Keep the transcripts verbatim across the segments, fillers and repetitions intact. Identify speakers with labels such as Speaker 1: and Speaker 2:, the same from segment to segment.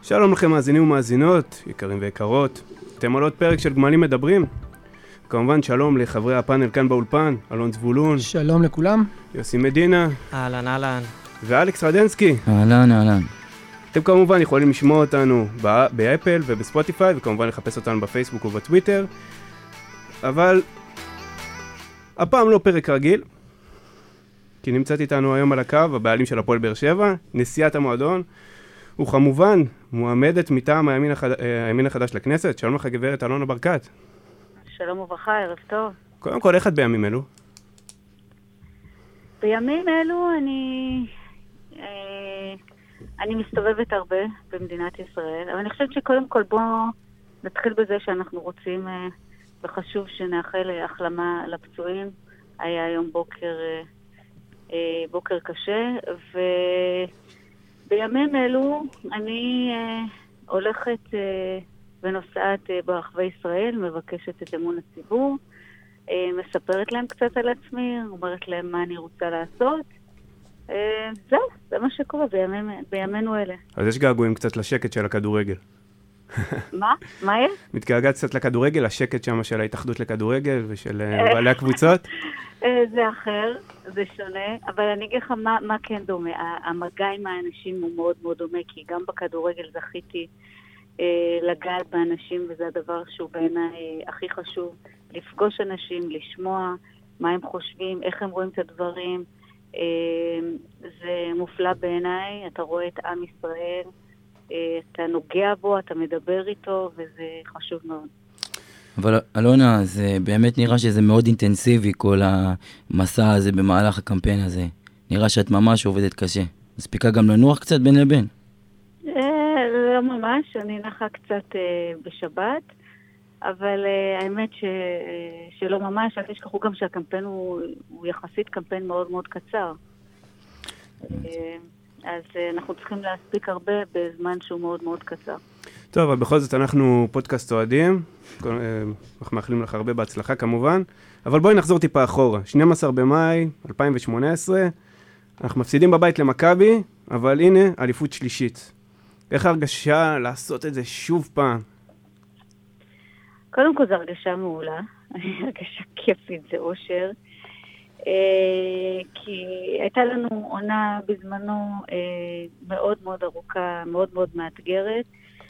Speaker 1: שלום לכם מאזינים ומאזינות, יקרים ויקרות. אתם על עוד פרק של גמלים מדברים. כמובן שלום לחברי הפאנל כאן באולפן, אלון זבולון.
Speaker 2: שלום לכולם.
Speaker 1: יוסי מדינה.
Speaker 3: אהלן, אהלן.
Speaker 1: ואלכס רדנסקי.
Speaker 4: אהלן, אהלן.
Speaker 1: אתם כמובן יכולים לשמוע אותנו באפל ובספוטיפיי, וכמובן לחפש אותנו בפייסבוק ובטוויטר. אבל הפעם לא פרק רגיל, כי נמצאת איתנו היום על הקו הבעלים של הפועל באר שבע, נשיאת המועדון, וכמובן מועמדת מטעם הימין, החד... הימין החדש לכנסת. שלום לך גברת אלונה ברקת.
Speaker 5: שלום וברכה, ערב טוב.
Speaker 1: קודם כל, איך את בימים אלו?
Speaker 5: בימים אלו אני, אה, אני מסתובבת הרבה במדינת ישראל, אבל אני חושבת שקודם כל בוא נתחיל בזה שאנחנו רוצים, אה, וחשוב שנאחל החלמה לפצועים. היה היום בוקר, אה, אה, בוקר קשה, ובימים אלו אני אה, הולכת אה, ונוסעת אה, ברחבי ישראל, מבקשת את אמון הציבור, מספרת להם קצת על עצמי, אומרת להם מה אני רוצה לעשות. זהו, זה מה שקורה בימינו אלה.
Speaker 1: אז יש געגועים קצת לשקט של הכדורגל.
Speaker 5: מה? מה יש?
Speaker 1: מתגעגעת קצת לכדורגל, השקט שם של ההתאחדות לכדורגל ושל בעלי הקבוצות?
Speaker 5: זה אחר, זה שונה, אבל אני אגיד לך מה כן דומה. המגע עם האנשים הוא מאוד מאוד דומה, כי גם בכדורגל זכיתי לגעת באנשים, וזה הדבר שהוא בעיניי הכי חשוב. לפגוש אנשים, לשמוע מה הם חושבים, איך הם רואים את הדברים. זה מופלא בעיניי, אתה רואה את עם ישראל, אתה נוגע בו, אתה מדבר איתו, וזה חשוב מאוד.
Speaker 4: אבל אלונה, זה באמת נראה שזה מאוד אינטנסיבי, כל המסע הזה במהלך הקמפיין הזה. נראה שאת ממש עובדת קשה. מספיקה גם לנוח קצת בין לבין?
Speaker 5: לא ממש, אני נחה קצת בשבת. אבל uh, האמת ש, uh, שלא ממש, אל תשכחו גם שהקמפיין הוא, הוא יחסית קמפיין מאוד מאוד קצר. Uh, אז uh, אנחנו צריכים להספיק הרבה בזמן שהוא מאוד מאוד קצר.
Speaker 1: טוב, אבל בכל זאת אנחנו פודקאסט אוהדים, אנחנו מאחלים לך הרבה בהצלחה כמובן, אבל בואי נחזור טיפה אחורה. שנים עשר במאי אלפיים שמונה עשרה, אנחנו מפסידים בבית למכבי, אבל הנה, אליפות שלישית. איך הרגשה לעשות את זה שוב פעם?
Speaker 5: קודם כל זו הרגשה מעולה, הרגשה כיפית, זה אושר, כי הייתה לנו עונה בזמנו מאוד מאוד ארוכה, מאוד מאוד מאתגרת,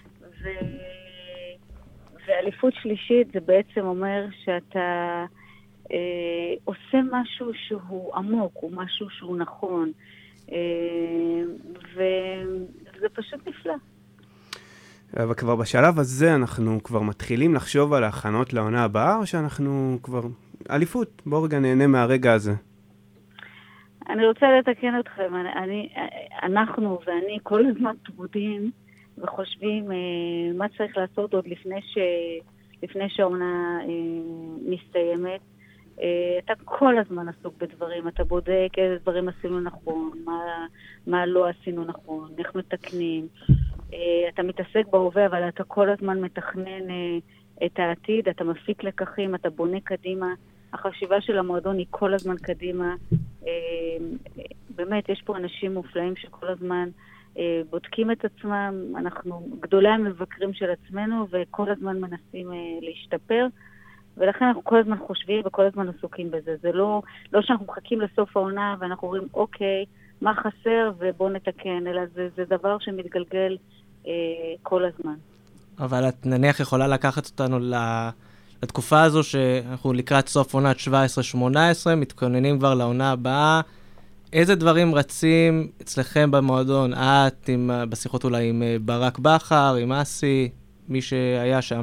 Speaker 5: ואליפות שלישית זה בעצם אומר שאתה עושה משהו שהוא עמוק, הוא משהו שהוא נכון, וזה פשוט נפלא.
Speaker 1: אבל כבר בשלב הזה אנחנו כבר מתחילים לחשוב על ההכנות לעונה הבאה, או שאנחנו כבר... אליפות, בואו רגע נהנה מהרגע הזה.
Speaker 5: אני רוצה לתקן אתכם, אני, אנחנו ואני כל הזמן תמודים וחושבים אה, מה צריך לעשות עוד לפני, ש, לפני שהעונה אה, מסתיימת. אה, אתה כל הזמן עסוק בדברים, אתה בודק איזה דברים עשינו נכון, מה, מה לא עשינו נכון, איך מתקנים. אתה מתעסק בהווה, אבל אתה כל הזמן מתכנן את העתיד, אתה מפיק לקחים, אתה בונה קדימה. החשיבה של המועדון היא כל הזמן קדימה. באמת, יש פה אנשים מופלאים שכל הזמן בודקים את עצמם. אנחנו גדולי המבקרים של עצמנו, וכל הזמן מנסים להשתפר. ולכן אנחנו כל הזמן חושבים וכל הזמן עסוקים בזה. זה לא, לא שאנחנו מחכים לסוף העונה ואנחנו אומרים, אוקיי, מה חסר ובוא נתקן, אלא זה, זה דבר שמתגלגל אה, כל הזמן.
Speaker 3: אבל את נניח יכולה לקחת אותנו לתקופה הזו שאנחנו לקראת סוף עונת שבע עשרה שמונה עשרה, מתכוננים כבר לעונה הבאה. איזה דברים רצים אצלכם במועדון? את, עם, בשיחות אולי עם ברק בחר, עם אסי, מי שהיה שם?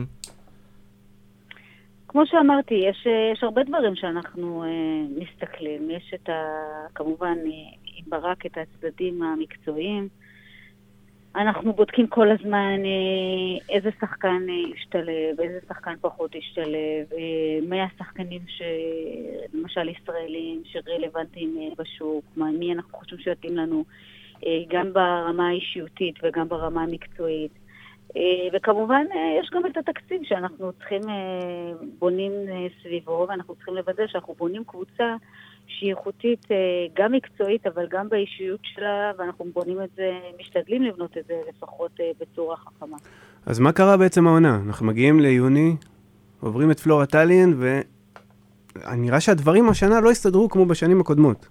Speaker 5: כמו שאמרתי, יש, יש הרבה דברים שאנחנו אה, מסתכלים. יש את ה, כמובן עם ברק את הצדדים המקצועיים. אנחנו בודקים כל הזמן אה, איזה שחקן אה, ישתלב, איזה שחקן פחות ישתלב, אה, מי השחקנים למשל ישראלים שרלוונטיים אה, בשוק, מה, מי אנחנו חושבים שיתאים לנו, אה, גם ברמה האישיותית וגם ברמה המקצועית. וכמובן יש גם את התקציב שאנחנו צריכים בונים סביבו, ואנחנו צריכים לוודא שאנחנו בונים קבוצה שהיא איכותית גם מקצועית, אבל גם באישיות שלה, ואנחנו בונים את זה, משתדלים לבנות את זה לפחות בצורה חכמה.
Speaker 1: אז מה קרה בעצם העונה? אנחנו מגיעים ליוני, עוברים את פלורה טאלין, ונראה שהדברים השנה לא הסתדרו כמו בשנים הקודמות.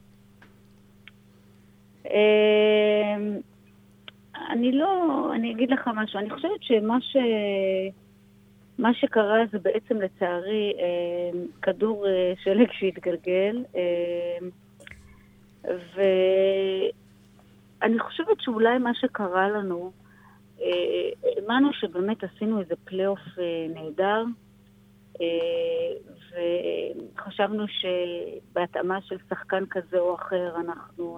Speaker 5: אני לא, אני אגיד לך משהו, אני חושבת שמה ש... מה שקרה זה בעצם לצערי כדור שלג שהתגלגל, ואני חושבת שאולי מה שקרה לנו, האמנו שבאמת עשינו איזה פלייאוף נהדר, וחשבנו שבהתאמה של שחקן כזה או אחר אנחנו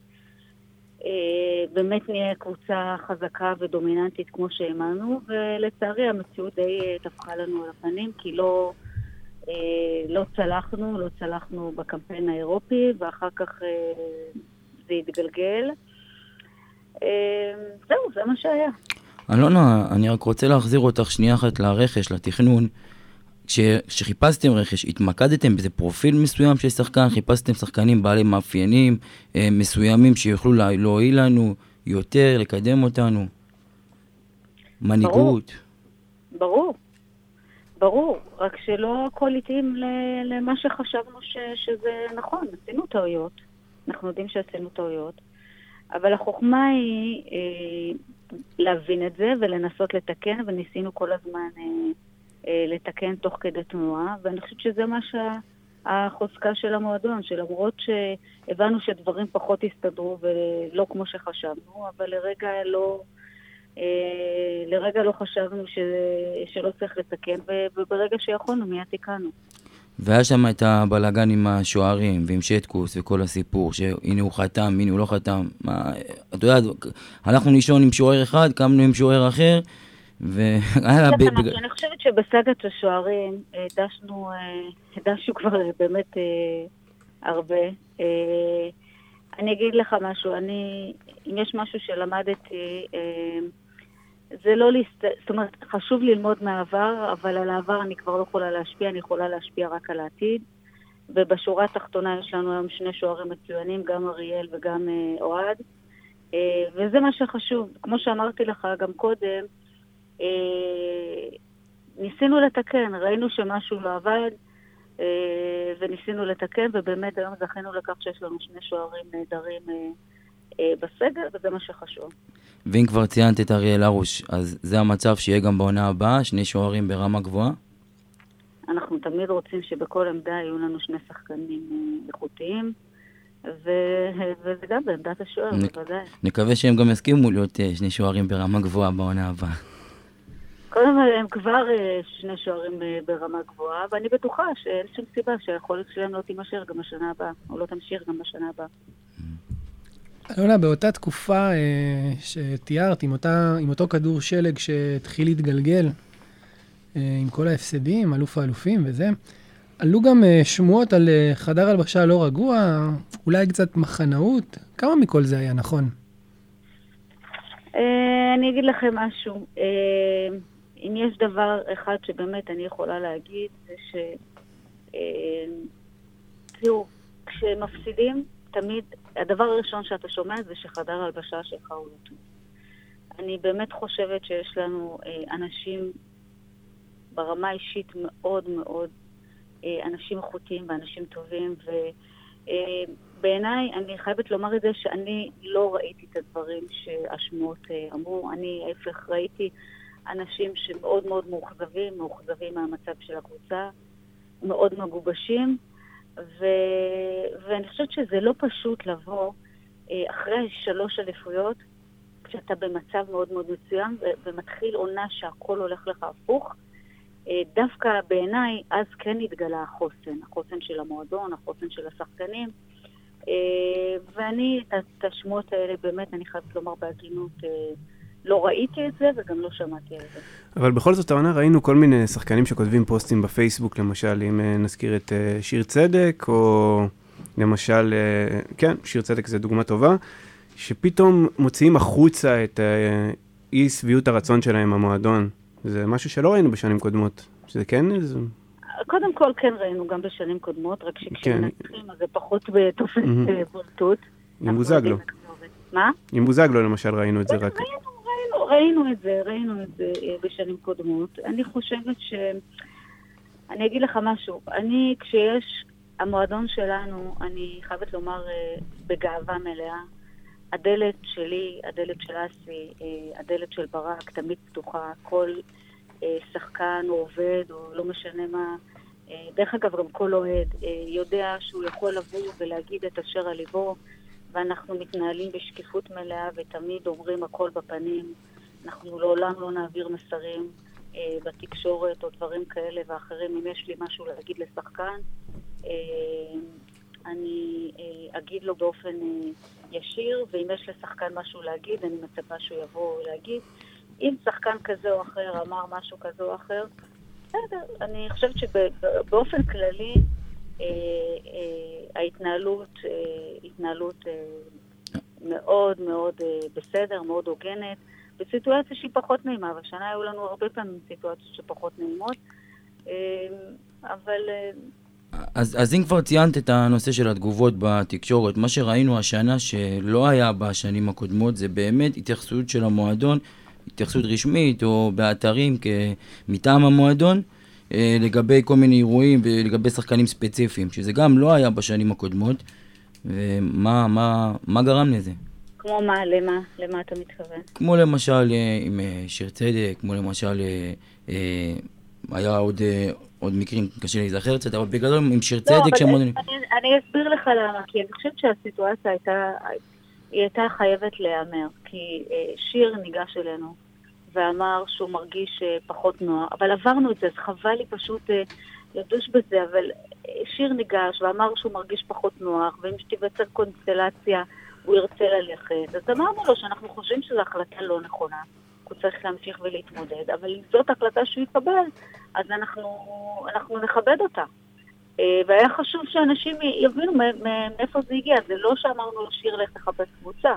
Speaker 5: באמת נהיה קבוצה חזקה ודומיננטית כמו שהאמנו, ולצערי המציאות די תפחה לנו על הפנים, כי לא, לא צלחנו, לא צלחנו בקמפיין האירופי, ואחר כך זה התגלגל. זהו, זה מה שהיה.
Speaker 4: אלונה, אני רק רוצה להחזיר אותך שנייה אחת לרכש, לתכנון. כשחיפשתם רכש, התמקדתם באיזה פרופיל מסוים של שחקן, חיפשתם שחקנים בעלי מאפיינים אה, מסוימים שיוכלו להועיל לנו יותר, לקדם אותנו? מנהיגות?
Speaker 5: ברור, ברור, ברור, רק שלא הכל התאים למה שחשבנו ש, שזה נכון, עשינו טעויות, אנחנו יודעים שעשינו טעויות, אבל החוכמה היא אה, להבין את זה ולנסות לתקן, וניסינו כל הזמן אה, לתקן תוך כדי תנועה, ואני חושבת שזה מה שהחוזקה של המועדון, שלמרות שהבנו שדברים פחות הסתדרו ולא כמו שחשבנו, אבל לרגע לא, לרגע לא חשבנו ש, שלא צריך לתקן, וברגע שיכולנו מיד תיקנו.
Speaker 4: והיה שם את הבלגן עם השוערים ועם שטקוס וכל הסיפור, שהנה הוא חתם, הנה הוא לא חתם. מה, אתה יודע, הלכנו לישון עם שוער אחד, קמנו עם שוער אחר,
Speaker 5: אני חושבת שבסגת השוערים דשנו, דשנו כבר באמת הרבה. אני אגיד לך משהו, אני, אם יש משהו שלמדתי, זה לא, זאת אומרת, חשוב ללמוד מהעבר, אבל על העבר אני כבר לא יכולה להשפיע, אני יכולה להשפיע רק על העתיד. ובשורה התחתונה יש לנו היום שני שוערים מצוינים, גם אריאל וגם אוהד. וזה מה שחשוב. כמו שאמרתי לך גם קודם, ניסינו לתקן, ראינו שמשהו לא עבד, וניסינו לתקן, ובאמת היום זכינו לכך שיש לנו שני שוערים נהדרים בסגל, וזה מה שחשוב.
Speaker 4: ואם כבר ציינת את אריאל הרוש, אז זה המצב שיהיה גם בעונה הבאה, שני שוערים ברמה גבוהה?
Speaker 5: אנחנו תמיד רוצים שבכל עמדה יהיו לנו שני שחקנים איכותיים, וזה גם בעמדת השוער, בוודאי.
Speaker 4: נקווה שהם גם יסכימו להיות שני שוערים ברמה גבוהה בעונה הבאה.
Speaker 5: קודם כל הם כבר שני שוערים ברמה גבוהה, ואני בטוחה שאין שום סיבה שהיכולת שלהם לא תימשך גם בשנה הבאה, או לא תמשיך גם בשנה הבאה.
Speaker 2: אלונה, באותה תקופה שתיארת, עם, אותה, עם אותו כדור שלג שהתחיל להתגלגל, עם כל ההפסדים, אלוף האלופים וזה, עלו גם שמועות על חדר הלבשה לא רגוע, אולי קצת מחנאות. כמה מכל זה היה נכון?
Speaker 5: אני אגיד לכם משהו. אם יש דבר אחד שבאמת אני יכולה להגיד, זה ש... תראו, כשמפסידים, תמיד, הדבר הראשון שאתה שומע זה שחדר הלבשה שלך הוא לא טוב. אני באמת חושבת שיש לנו אנשים ברמה אישית מאוד מאוד, אנשים איכותיים ואנשים טובים, ובעיניי אני חייבת לומר את זה שאני לא ראיתי את הדברים שהשמועות אמרו. אני ההפך ראיתי אנשים שמאוד מאוד מאוכזבים, מאוכזבים מהמצב של הקבוצה, מאוד מגובשים, ו... ואני חושבת שזה לא פשוט לבוא אחרי שלוש אליפויות, כשאתה במצב מאוד מאוד מצוין, ו... ומתחיל עונה שהכל הולך לך הפוך. דווקא בעיניי אז כן התגלה החוסן, החוסן של המועדון, החוסן של השחקנים, ואני את השמועות האלה באמת, אני חייבת לומר בהגינות, לא ראיתי את זה וגם לא שמעתי על זה.
Speaker 1: אבל בכל זאת העונה ראינו כל מיני שחקנים שכותבים פוסטים בפייסבוק, למשל אם נזכיר את שיר צדק, או למשל, כן, שיר צדק זה דוגמה טובה, שפתאום מוציאים החוצה את אי סביעות הרצון שלהם המועדון. זה משהו שלא ראינו בשנים קודמות, שזה כן איזה...
Speaker 5: קודם כל כן ראינו גם בשנים קודמות, רק שכשמנצחים אז זה פחות בתופס בולטות.
Speaker 1: עם בוזגלו.
Speaker 5: מה?
Speaker 1: עם בוזגלו למשל ראינו את זה רק.
Speaker 5: ראינו, ראינו את זה, ראינו את זה בשנים קודמות. אני חושבת ש... אני אגיד לך משהו, אני כשיש המועדון שלנו, אני חייבת לומר בגאווה מלאה, הדלת שלי, הדלת של אסי, הדלת של ברק, תמיד פתוחה, כל שחקן או עובד או לא משנה מה, דרך אגב גם כל אוהד יודע שהוא יכול לבוא ולהגיד את אשר על ליבו, ואנחנו מתנהלים בשקיפות מלאה ותמיד אומרים הכל בפנים, אנחנו לעולם לא נעביר מסרים בתקשורת או דברים כאלה ואחרים. אם יש לי משהו להגיד לשחקן, אני אגיד לו באופן ישיר, ואם יש לשחקן משהו להגיד, אני מצפה שהוא יבוא להגיד. אם שחקן כזה או אחר אמר משהו כזה או אחר, בסדר, אני חושבת שבאופן כללי ההתנהלות, התנהלות מאוד מאוד בסדר, מאוד הוגנת, בסיטואציה שהיא פחות נעימה, והשנה היו לנו הרבה פעמים סיטואציות שפחות נעימות, אבל...
Speaker 4: אז, אז אם כבר ציינת את הנושא של התגובות בתקשורת, מה שראינו השנה שלא היה בשנים הקודמות, זה באמת התייחסות של המועדון, התייחסות רשמית או באתרים מטעם המועדון, לגבי כל מיני אירועים ולגבי שחקנים ספציפיים, שזה גם לא היה בשנים הקודמות, ומה מה, מה גרם לזה?
Speaker 5: כמו מה? למה? למה אתה מתכוון?
Speaker 4: כמו למשל עם שיר צדק, כמו למשל היה עוד, עוד מקרים, קשה להיזכר קצת, אבל בגדול עם שיר צדק...
Speaker 5: לא,
Speaker 4: שמוד...
Speaker 5: אני, אני, אני אסביר לך למה, כי אני חושבת שהסיטואציה הייתה, היא הייתה חייבת להיאמר, כי שיר ניגש אלינו ואמר שהוא מרגיש פחות נוח, אבל עברנו את זה, אז חבל לי פשוט לדוש בזה, אבל שיר ניגש ואמר שהוא מרגיש פחות נוח, ואם שתיווצר קונסטלציה, הוא ירצה ללכת. אז אמרנו לו שאנחנו חושבים שזו החלטה לא נכונה, הוא צריך להמשיך ולהתמודד, אבל אם זאת החלטה שהוא יקבל, אז אנחנו, אנחנו נכבד אותה. והיה חשוב שאנשים יבינו מאיפה זה הגיע, זה לא שאמרנו לשיר לך לחפש קבוצה.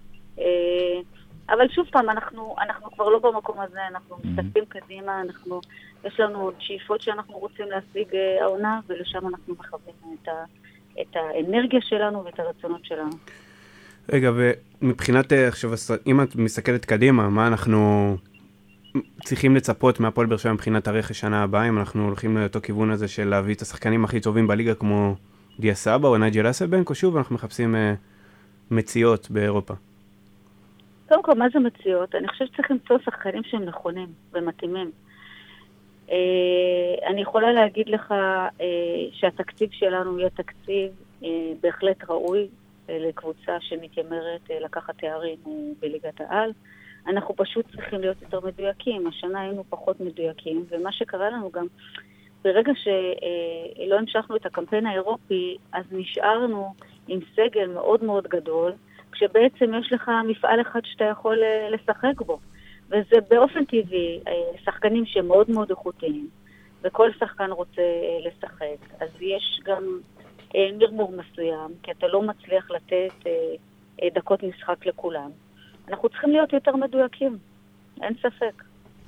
Speaker 5: אבל שוב פעם, אנחנו, אנחנו כבר לא במקום הזה, אנחנו מסתכלים קדימה, אנחנו, יש לנו עוד שאיפות שאנחנו רוצים להשיג העונה, ולשם אנחנו מכוונים את, ה, את האנרגיה שלנו ואת הרצונות שלנו.
Speaker 1: רגע, ומבחינת עכשיו, אם את מסתכלת קדימה, מה אנחנו צריכים לצפות מהפועל באר שבע מבחינת הרכש שנה הבאה, אם אנחנו הולכים לאותו כיוון הזה של להביא את השחקנים הכי טובים בליגה, כמו דיה סבא או נייג'ל אסלבנק, או שוב אנחנו מחפשים uh, מציאות באירופה?
Speaker 5: קודם כל, מה זה מציאות? אני חושבת שצריך למצוא שחקנים שהם נכונים ומתאימים. Uh, אני יכולה להגיד לך uh, שהתקציב שלנו יהיה תקציב uh, בהחלט ראוי, לקבוצה שמתיימרת לקחת תארים בליגת העל. אנחנו פשוט צריכים להיות יותר מדויקים. השנה היינו פחות מדויקים, ומה שקרה לנו גם, ברגע שלא המשכנו את הקמפיין האירופי, אז נשארנו עם סגל מאוד מאוד גדול, כשבעצם יש לך מפעל אחד שאתה יכול לשחק בו. וזה באופן טבעי, שחקנים שמאוד מאוד איכותיים, וכל שחקן רוצה לשחק. אז יש גם מרמור מסוים, כי אתה לא מצליח לתת אה, דקות משחק לכולם. אנחנו צריכים להיות יותר מדויקים, אין ספק.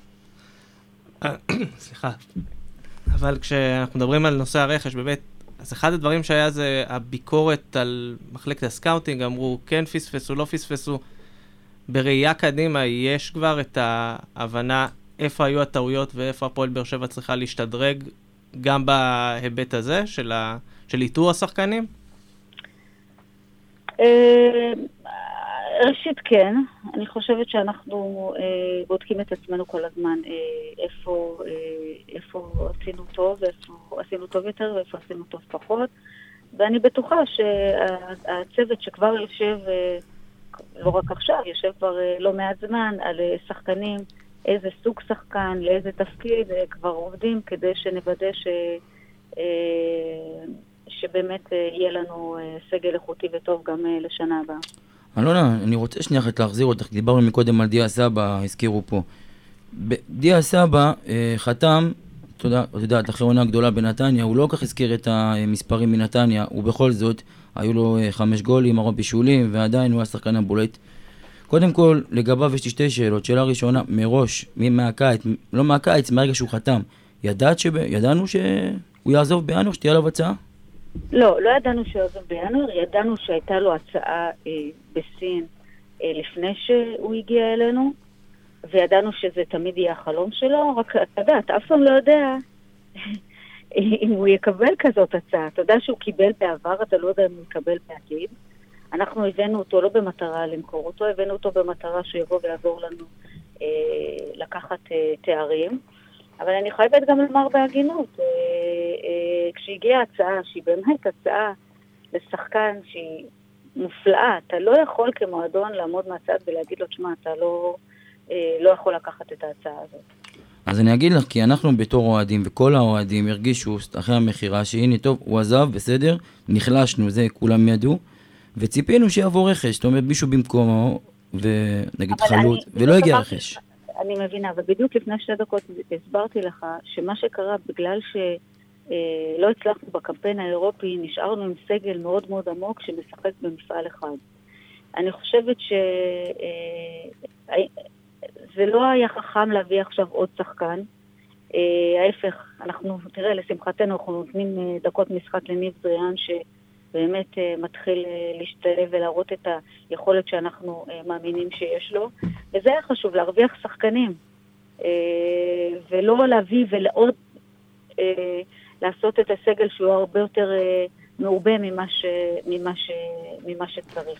Speaker 3: סליחה. אבל כשאנחנו מדברים על נושא הרכש, באמת, אז אחד הדברים שהיה זה הביקורת על מחלקת הסקאוטינג, אמרו כן פספסו, לא פספסו. בראייה קדימה יש כבר את ההבנה איפה היו הטעויות ואיפה הפועל באר שבע צריכה להשתדרג, גם בהיבט הזה של ה... של איתור השחקנים?
Speaker 5: ראשית כן, אני חושבת שאנחנו בודקים את עצמנו כל הזמן איפה, איפה עשינו טוב, ואיפה עשינו טוב יותר ואיפה עשינו טוב פחות, ואני בטוחה שהצוות שכבר יושב, לא רק עכשיו, יושב כבר לא מעט זמן על שחקנים, איזה סוג שחקן, לאיזה תפקיד, כבר עובדים כדי שנוודא ש... שבאמת יהיה לנו סגל איכותי וטוב גם לשנה הבאה.
Speaker 4: אלונה, אני רוצה שנייה אחת להחזיר אותך, דיברנו מקודם על דיה סבא, הזכירו פה. דיה סבא חתם, אתה יודע, אחרי עונה גדולה בנתניה, הוא לא כך הזכיר את המספרים מנתניה, ובכל זאת, היו לו חמש גולים, ארבע בישולים, ועדיין הוא היה שחקן הבולט. קודם כל, לגביו יש לי שתי שאלות. שאלה ראשונה, מראש, מהקיץ, לא מהקיץ, מהרגע שהוא חתם, ידעת ש... ידענו שהוא יעזוב בינואר, שתהיה עליו הצעה?
Speaker 5: לא, לא ידענו שהוא יעזוב בינואר, ידענו שהייתה לו הצעה אה, בסין אה, לפני שהוא הגיע אלינו, וידענו שזה תמיד יהיה החלום שלו, רק אתה יודע, אתה אף פעם לא יודע אם הוא יקבל כזאת הצעה. אתה יודע שהוא קיבל בעבר, אתה לא יודע אם הוא יקבל בעתיד. אנחנו הבאנו אותו לא במטרה למכור אותו, הבאנו אותו במטרה שיבוא ויעזור לנו אה, לקחת אה, תארים. אבל אני חייבת גם לומר בהגינות, אה, אה, כשהגיעה הצעה שהיא באמת הצעה לשחקן שהיא מופלאה, אתה לא יכול כמועדון לעמוד מהצד ולהגיד לו, תשמע, אתה לא, אה, לא יכול לקחת את ההצעה הזאת.
Speaker 4: אז אני אגיד לך, כי אנחנו בתור אוהדים, וכל האוהדים הרגישו אחרי המחירה, שהנה טוב, הוא עזב, בסדר, נחלשנו, זה כולם ידעו, וציפינו שיעבור רכש, זאת אומרת, מישהו במקומו, ונגיד חלוץ, ולא הגיע רכש.
Speaker 5: אני מבינה, אבל בדיוק לפני שתי דקות הסברתי לך, שמה שקרה בגלל שלא הצלחנו בקמפיין האירופי, נשארנו עם סגל מאוד מאוד עמוק שמשחק במפעל אחד. אני חושבת ש... זה לא היה חכם להביא עכשיו עוד שחקן. Uh, ההפך, אנחנו, תראה, לשמחתנו אנחנו נותנים uh, דקות משחק לניב זריאן, שבאמת uh, מתחיל uh, להשתלב ולהראות את היכולת שאנחנו uh, מאמינים שיש לו. וזה היה חשוב, להרוויח שחקנים. Uh, ולא להביא ולעוד uh, לעשות את הסגל שהוא הרבה יותר uh, מעובה ממה, ש, ממה, ש, ממה שצריך.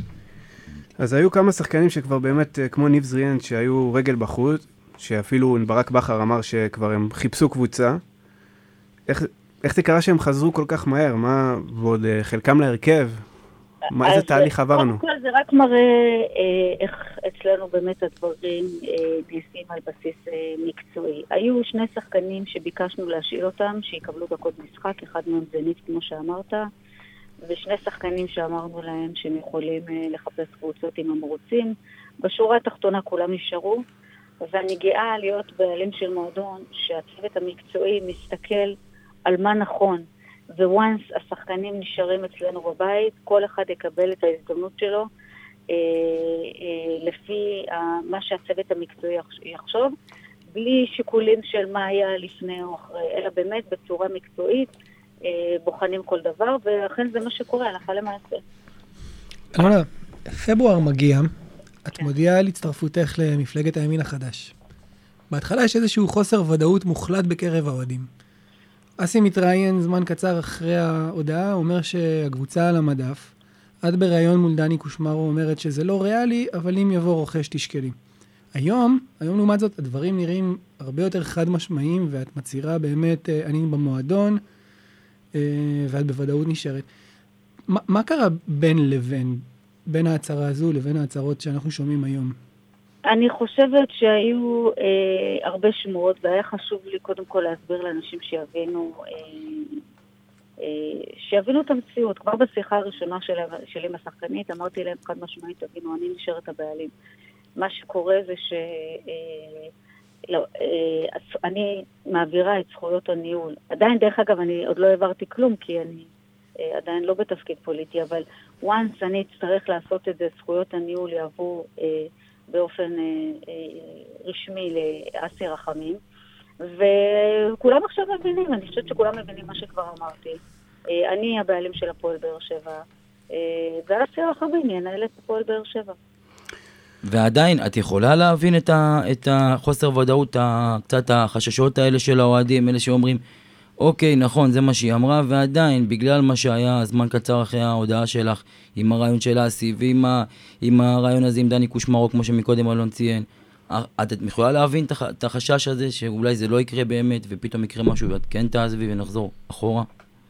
Speaker 1: אז היו כמה שחקנים שכבר באמת, כמו ניב זריאן, שהיו רגל בחוץ, שאפילו ברק בכר אמר שכבר הם חיפשו קבוצה. איך, איך זה קרה שהם חזרו כל כך מהר? מה, ועוד חלקם להרכב? מה, איזה תהליך עברנו?
Speaker 5: כל זה רק מראה אה, איך אצלנו באמת הדברים אה, נעשים על בסיס אה, מקצועי. היו שני שחקנים שביקשנו להשאיל אותם, שיקבלו דקות משחק, אחד מהם זה ניב, כמו שאמרת, ושני שחקנים שאמרנו להם שהם יכולים uh, לחפש קבוצות אם הם רוצים. בשורה התחתונה כולם נשארו, ואני גאה להיות בעלים של מועדון שהצוות המקצועי מסתכל על מה נכון, וואנס השחקנים נשארים אצלנו בבית, כל אחד יקבל את ההזדמנות שלו אה, אה, לפי אה, מה שהצוות המקצועי יחשוב, בלי שיקולים של מה היה לפני או אחרי, אלא באמת בצורה מקצועית, בוחנים כל דבר, ואכן זה מה שקורה, הלכה למעשה.
Speaker 2: אלונה, פברואר מגיע, את מודיעה על הצטרפותך למפלגת הימין החדש. בהתחלה יש איזשהו חוסר ודאות מוחלט בקרב האוהדים. אסי מתראיין זמן קצר אחרי ההודעה, אומר שהקבוצה על המדף, עד בראיון מול דני קושמרו אומרת שזה לא ריאלי, אבל אם יבוא רוכש תשקלי. היום, היום לעומת זאת, הדברים נראים הרבה יותר חד משמעיים, ואת מצהירה באמת, אני במועדון, ואת בוודאות נשארת. מה, מה קרה בין לבין, בין ההצהרה הזו לבין ההצהרות שאנחנו שומעים היום?
Speaker 5: אני חושבת שהיו אה, הרבה שמועות, והיה חשוב לי קודם כל להסביר לאנשים שיבינו, אה, אה, שיבינו את המציאות. כבר בשיחה הראשונה של, שלי עם השחקנית, אמרתי להם חד משמעית, תבינו, אני נשארת הבעלים. מה שקורה זה ש... אה, לא, אני מעבירה את זכויות הניהול. עדיין, דרך אגב, אני עוד לא העברתי כלום, כי אני עדיין לא בתפקיד פוליטי, אבל once אני אצטרך לעשות את זה, זכויות הניהול יעברו באופן רשמי לאסי רחמים, וכולם עכשיו מבינים, אני חושבת שכולם מבינים מה שכבר אמרתי. אני הבעלים של הפועל באר שבע, ואסי רחמים ינהל את הפועל באר שבע.
Speaker 4: ועדיין, את יכולה להבין את, ה, את החוסר ודאות, קצת החששות האלה של האוהדים, אלה שאומרים, אוקיי, נכון, זה מה שהיא אמרה, ועדיין, בגלל מה שהיה זמן קצר אחרי ההודעה שלך, עם הרעיון של אסי, ועם ה, עם הרעיון הזה עם דני קושמרו, כמו שמקודם אלון ציין, את יכולה להבין את החשש הזה, שאולי זה לא יקרה באמת, ופתאום יקרה משהו, ואת כן תעזבי ונחזור אחורה?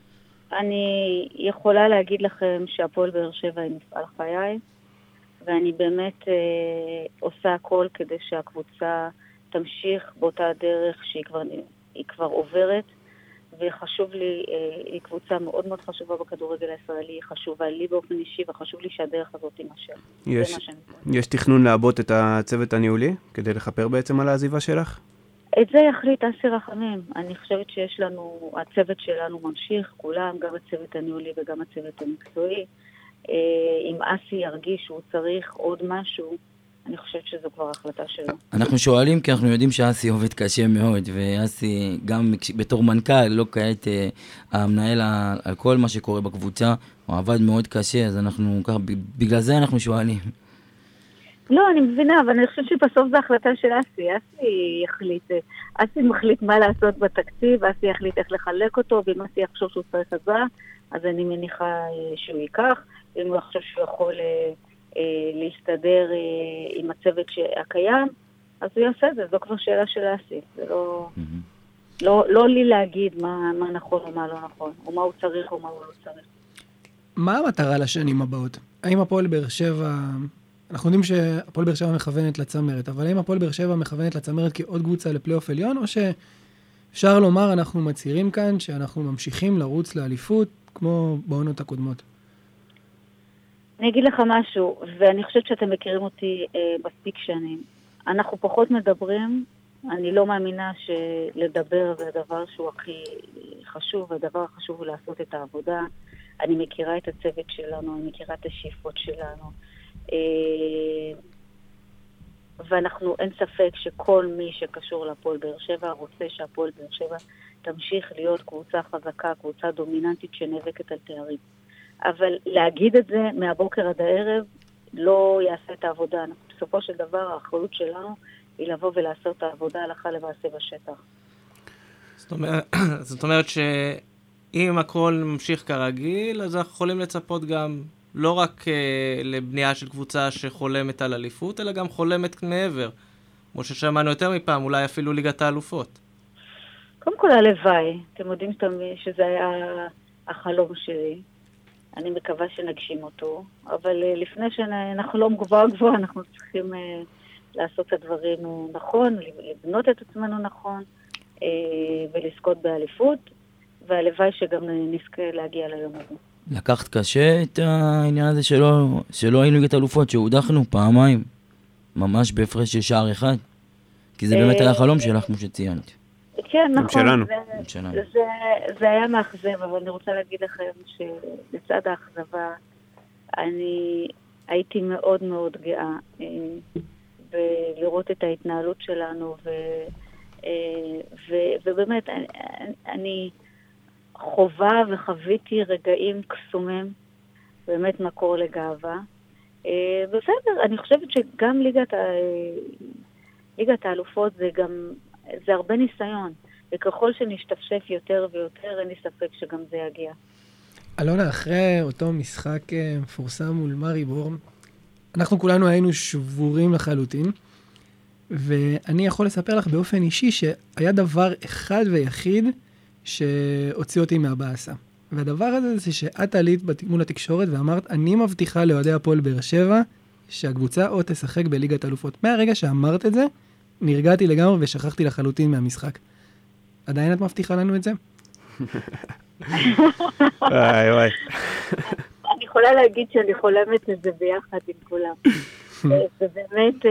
Speaker 5: אני יכולה להגיד לכם שהפועל באר שבע היא מפעל חיי, ואני באמת אה, עושה הכל כדי שהקבוצה תמשיך באותה דרך שהיא כבר, היא כבר עוברת, וחשוב לי, אה, היא קבוצה מאוד מאוד חשובה בכדורגל הישראלי, היא חשובה לי באופן אישי, וחשוב לי שהדרך הזאת תימשך.
Speaker 1: יש, יש תכנון לעבות את הצוות הניהולי, כדי לחפר בעצם על העזיבה שלך?
Speaker 5: את זה יחליט אסי רחמים. אני חושבת שיש לנו, הצוות שלנו ממשיך, כולם, גם הצוות הניהולי וגם הצוות המקצועי. אם אסי ירגיש שהוא צריך עוד משהו, אני חושבת שזו כבר החלטה שלו.
Speaker 4: אנחנו שואלים כי אנחנו יודעים שאסי עובד קשה מאוד, ואסי גם בתור מנכ"ל, לא כעת המנהל על כל מה שקורה בקבוצה, הוא עבד מאוד קשה, אז אנחנו ככה, בגלל זה אנחנו שואלים.
Speaker 5: לא, אני מבינה, אבל אני חושבת שבסוף זו החלטה של אסי. אסי יחליט, אסי מחליט מה לעשות בתקציב, אסי יחליט איך לחלק אותו, ואם אסי יחשוב שהוא צריך עזרה, אז אני מניחה שהוא ייקח, אם הוא יחשוב שהוא יכול להסתדר עם הצוות הקיים, אז הוא יעשה את זה, זו כבר שאלה של אסי. זה לא, לא, לא לי להגיד מה, מה נכון או מה לא נכון, או מה הוא צריך או מה הוא לא צריך.
Speaker 2: מה המטרה לשנים הבאות? האם הפועל באר שבע... אנחנו יודעים שהפועל באר שבע מכוונת לצמרת, אבל האם הפועל באר שבע מכוונת לצמרת כעוד קבוצה לפלייאוף עליון, או שאפשר לומר אנחנו מצהירים כאן שאנחנו ממשיכים לרוץ לאליפות כמו בעונות הקודמות?
Speaker 5: אני אגיד לך משהו, ואני חושבת שאתם מכירים אותי אה, מספיק שנים. אנחנו פחות מדברים, אני לא מאמינה שלדבר זה הדבר שהוא הכי חשוב, והדבר החשוב הוא לעשות את העבודה. אני מכירה את הצוות שלנו, אני מכירה את השאיפות שלנו. ואנחנו, אין ספק שכל מי שקשור לפועל באר שבע רוצה שהפועל באר שבע תמשיך להיות קבוצה חזקה, קבוצה דומיננטית שנאבקת על תארים. אבל להגיד את זה מהבוקר עד הערב לא יעשה את העבודה. בסופו של דבר האחריות שלנו היא לבוא ולעשות את העבודה הלכה למעשה בשטח.
Speaker 3: זאת אומרת, זאת אומרת שאם הכל ממשיך כרגיל, אז אנחנו יכולים לצפות גם לא רק uh, לבנייה של קבוצה שחולמת על אליפות, אלא גם חולמת מעבר. כמו ששמענו יותר מפעם, אולי אפילו ליגת האלופות.
Speaker 5: קודם כל הלוואי. אתם יודעים שזה היה החלום שלי. אני מקווה שנגשים אותו. אבל uh, לפני שאנחנו לא מגובה גבוה, אנחנו צריכים uh, לעשות את הדברים uh, נכון, לבנות את עצמנו נכון, uh, ולזכות באליפות. והלוואי שגם נזכה להגיע ליום הזה.
Speaker 4: לקחת קשה את העניין הזה שלא, שלא היינו ליגת אלופות, שהודחנו פעמיים, ממש בהפרש של שער אחד, כי זה באמת היה חלום שלך, כמו שציינת.
Speaker 5: כן, נכון.
Speaker 1: שלנו.
Speaker 5: זה, זה, זה היה מאכזב, אבל אני רוצה להגיד לכם שלצד האכזבה, אני הייתי מאוד מאוד גאה ולראות את ההתנהלות שלנו, ו, ו, ובאמת, אני... אני חובה וחוויתי רגעים קסומים, באמת מקור לגאווה. בסדר, אני חושבת שגם ליגת, ליגת האלופות זה גם, זה הרבה ניסיון, וככל שנשתפשף יותר ויותר, אין לי ספק שגם זה יגיע.
Speaker 2: אלונה, אחרי אותו משחק מפורסם מול מריבור, אנחנו כולנו היינו שבורים לחלוטין, ואני יכול לספר לך באופן אישי שהיה דבר אחד ויחיד, שהוציא אותי מהבאסה. והדבר הזה זה שאת עלית מול התקשורת ואמרת, אני מבטיחה לאוהדי הפועל באר שבע שהקבוצה עוד תשחק בליגת האלופות. מהרגע שאמרת את זה, נרגעתי לגמרי ושכחתי לחלוטין מהמשחק. עדיין את מבטיחה לנו את זה?
Speaker 1: וואי וואי.
Speaker 5: אני יכולה להגיד שאני חולמת את זה ביחד עם כולם. זה באמת,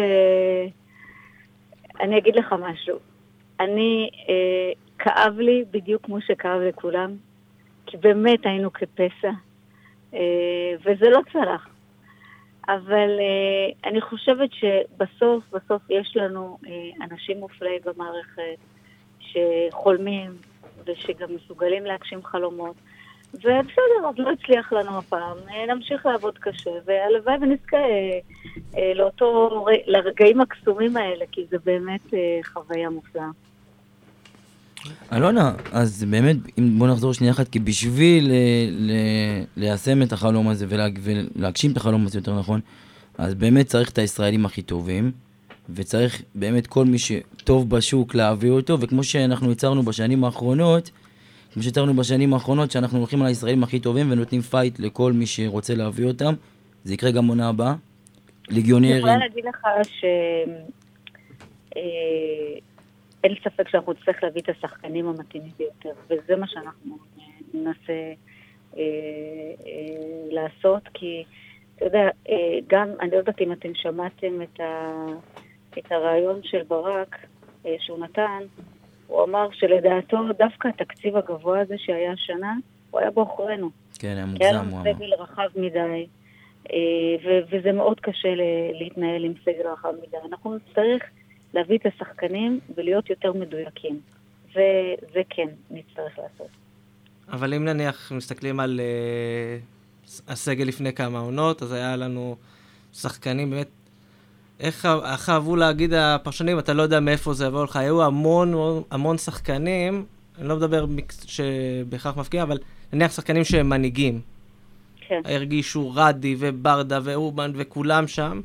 Speaker 5: אני אגיד לך משהו. אני... כאב לי בדיוק כמו שכאב לכולם, כי באמת היינו כפסע, וזה לא צלח. אבל אני חושבת שבסוף, בסוף יש לנו אנשים מופלאים במערכת, שחולמים ושגם מסוגלים להגשים חלומות, ובסדר, אז לא הצליח לנו הפעם, נמשיך לעבוד קשה, והלוואי ונזכה לאותו, לרגעים הקסומים האלה, כי זה באמת חוויה מופלאה.
Speaker 4: אלונה, אז באמת, בוא נחזור שנייה אחת, כי בשביל ליישם את החלום הזה ולהגשים את החלום הזה יותר נכון, אז באמת צריך את הישראלים הכי טובים, וצריך באמת כל מי שטוב בשוק להביא אותו, וכמו שאנחנו יצרנו בשנים האחרונות, כמו שיצרנו בשנים האחרונות, שאנחנו הולכים על הישראלים הכי טובים ונותנים פייט לכל מי שרוצה להביא אותם, זה יקרה גם עונה הבאה. ליגיונרים.
Speaker 5: אני יכולה להגיד לך ש... אין ספק שאנחנו צריכים להביא את השחקנים המתאימים ביותר, וזה מה שאנחנו ננסה אה, אה, לעשות, כי, אתה יודע, אה, גם, אני לא יודעת אם אתם שמעתם את, ה, את הרעיון של ברק אה, שהוא נתן, הוא אמר שלדעתו דווקא התקציב הגבוה הזה שהיה השנה, הוא היה באחרינו.
Speaker 4: כן, היה
Speaker 5: כי היה
Speaker 4: מוגזם.
Speaker 5: לנו סגל רחב מדי, וזה מאוד קשה להתנהל עם סגל רחב מדי. אנחנו נצטרך להביא את השחקנים ולהיות יותר מדויקים. וזה כן נצטרך לעשות.
Speaker 3: אבל אם נניח מסתכלים על uh, הסגל לפני כמה עונות, אז היה לנו שחקנים באמת, איך, איך אהבו להגיד הפרשנים, אתה לא יודע מאיפה זה יבוא לך, היו המון, המון שחקנים, אני לא מדבר שבהכרח מפקיע, אבל נניח שחקנים שהם מנהיגים.
Speaker 5: כן.
Speaker 3: הרגישו רדי וברדה ואורבן וכולם שם,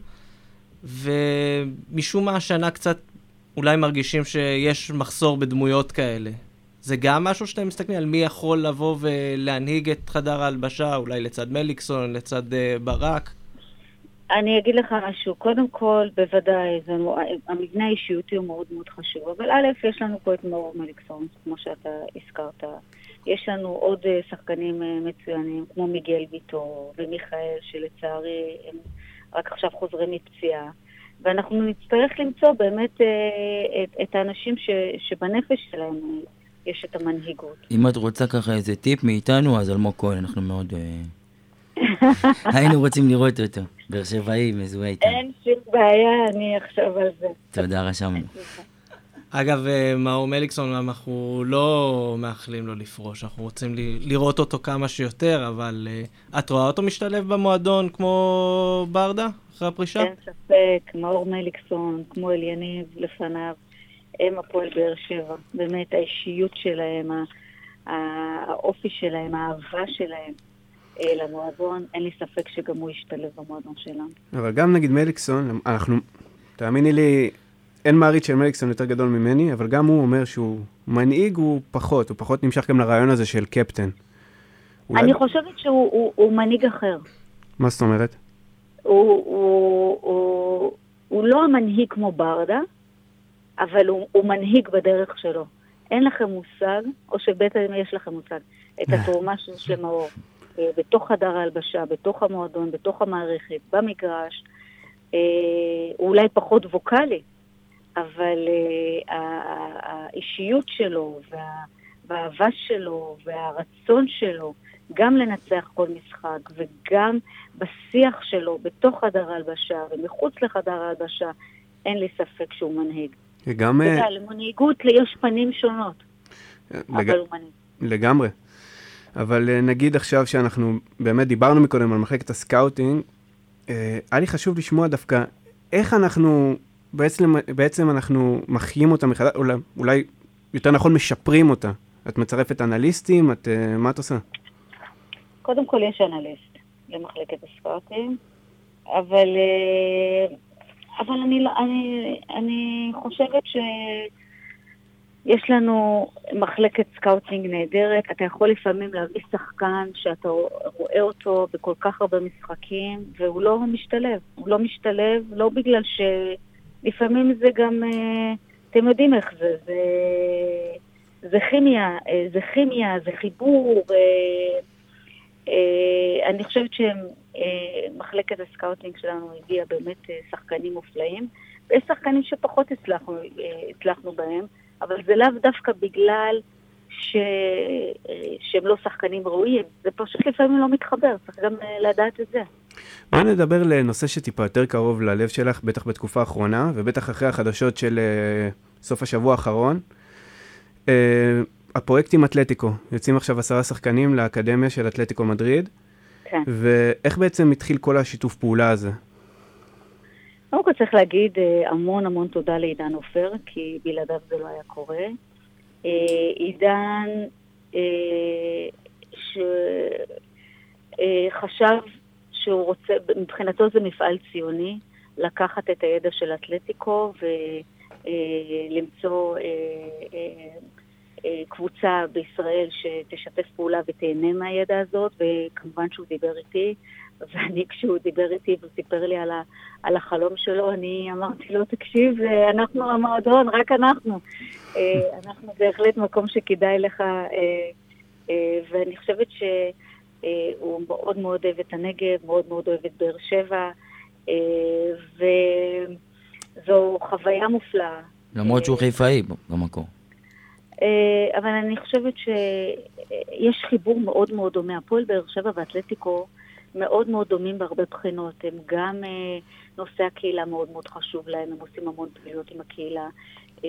Speaker 3: ומשום מה השנה קצת אולי מרגישים שיש מחסור בדמויות כאלה. זה גם משהו שאתם מסתכלים על מי יכול לבוא ולהנהיג את חדר ההלבשה, אולי לצד מליקסון, לצד uh, ברק?
Speaker 5: אני אגיד לך משהו. קודם כל, בוודאי, זה, המבנה האישיותי הוא מאוד מאוד חשוב, אבל א', יש לנו פה את מאור מליקסון, כמו שאתה הזכרת. יש לנו עוד uh, שחקנים uh, מצוינים, כמו מיגל ויטור ומיכאל, שלצערי הם רק עכשיו חוזרים מפציעה. ואנחנו נצטרך למצוא באמת uh, את, את האנשים ש, שבנפש שלהם uh, יש את המנהיגות.
Speaker 4: אם את רוצה ככה איזה טיפ מאיתנו, אז אלמוג כהן, אנחנו מאוד... היינו רוצים לראות אותו. באר שבעי, מזוהה איתנו.
Speaker 5: אין שום בעיה, אני אחשוב על זה.
Speaker 4: תודה, רשמנו.
Speaker 3: אגב, מאור מליקסון, אנחנו לא מאחלים לו לפרוש, אנחנו רוצים לראות אותו כמה שיותר, אבל את רואה אותו משתלב במועדון כמו ברדה, אחרי הפרישה?
Speaker 5: אין ספק, מאור מליקסון, כמו אליניב לפניו, הם הפועל באר שבע. באמת, האישיות שלהם, האופי שלהם, האהבה שלהם למועדון, אין לי ספק שגם הוא ישתלב במועדון שלנו.
Speaker 1: אבל גם נגיד מליקסון, אנחנו, תאמיני לי, אין מעריץ של מליקסון יותר גדול ממני, אבל גם הוא אומר שהוא מנהיג, הוא פחות, הוא פחות נמשך גם לרעיון הזה של קפטן.
Speaker 5: אני חושבת שהוא הוא, הוא מנהיג אחר.
Speaker 1: מה זאת אומרת?
Speaker 5: הוא, הוא, הוא, הוא לא המנהיג כמו ברדה, אבל הוא, הוא מנהיג בדרך שלו. אין לכם מושג, או שבטח יש לכם מושג, את התרומה שיש למאור. בתוך חדר ההלבשה, בתוך המועדון, בתוך המערכת, במגרש, הוא אולי פחות ווקלי, אבל האישיות שלו והאהבה שלו והרצון שלו גם לנצח כל משחק וגם בשיח שלו בתוך חדר ההלבשה ומחוץ לחדר ההלבשה, אין לי ספק שהוא מנהיג.
Speaker 1: וגם...
Speaker 5: למנהיגות יש פנים שונות, אבל הוא מנהיג.
Speaker 1: לגמרי. אבל נגיד עכשיו שאנחנו באמת דיברנו מקודם על מחלקת הסקאוטינג, היה לי חשוב לשמוע דווקא איך אנחנו, בעצם, בעצם אנחנו מחיים אותה מחדש, אולי, אולי יותר נכון משפרים אותה. את מצרפת אנליסטים, את, מה את עושה?
Speaker 5: קודם כל יש אנליסט למחלקת הסקאוטינג, אבל, אבל אני, אני, אני חושבת ש... יש לנו מחלקת סקאוטינג נהדרת, אתה יכול לפעמים להביא שחקן שאתה רואה אותו בכל כך הרבה משחקים, והוא לא משתלב. הוא לא משתלב, לא בגלל שלפעמים זה גם, אתם יודעים איך זה, זה, זה כימיה, זה כימיה, זה חיבור. אני חושבת שמחלקת הסקאוטינג שלנו הביאה באמת שחקנים מופלאים, ויש שחקנים שפחות הצלחנו, הצלחנו בהם, אבל זה לאו דווקא בגלל ש... שהם לא שחקנים ראויים. זה פשוט לפעמים לא מתחבר, צריך גם לדעת את זה.
Speaker 1: בואי נדבר לנושא שטיפה יותר קרוב ללב שלך, בטח בתקופה האחרונה, ובטח אחרי החדשות של uh, סוף השבוע האחרון. Uh, הפרויקט עם אתלטיקו, יוצאים עכשיו עשרה שחקנים לאקדמיה של אתלטיקו מדריד,
Speaker 5: כן.
Speaker 1: ואיך בעצם התחיל כל השיתוף פעולה הזה?
Speaker 5: קודם כל צריך להגיד המון המון תודה לעידן עופר, כי בלעדיו זה לא היה קורה. עידן שחשב שהוא רוצה, מבחינתו זה מפעל ציוני, לקחת את הידע של אתלטיקו ולמצוא קבוצה בישראל שתשתף פעולה ותהנה מהידע הזאת, וכמובן שהוא דיבר איתי, ואני כשהוא דיבר איתי וסיפר לי על, ה, על החלום שלו, אני אמרתי לו, תקשיב, אנחנו המועדון, רק אנחנו. אנחנו בהחלט מקום שכדאי לך, ואני חושבת שהוא מאוד מאוד אוהב את הנגב, מאוד מאוד אוהב את באר שבע, וזו חוויה מופלאה.
Speaker 4: למרות שהוא חיפאי במקור.
Speaker 5: אבל אני חושבת שיש חיבור מאוד מאוד דומה. הפועל באר שבע ואתלטיקו מאוד מאוד דומים בהרבה בחינות. הם גם אה, נושא הקהילה מאוד מאוד חשוב להם, הם עושים המון פעילות עם הקהילה. אה,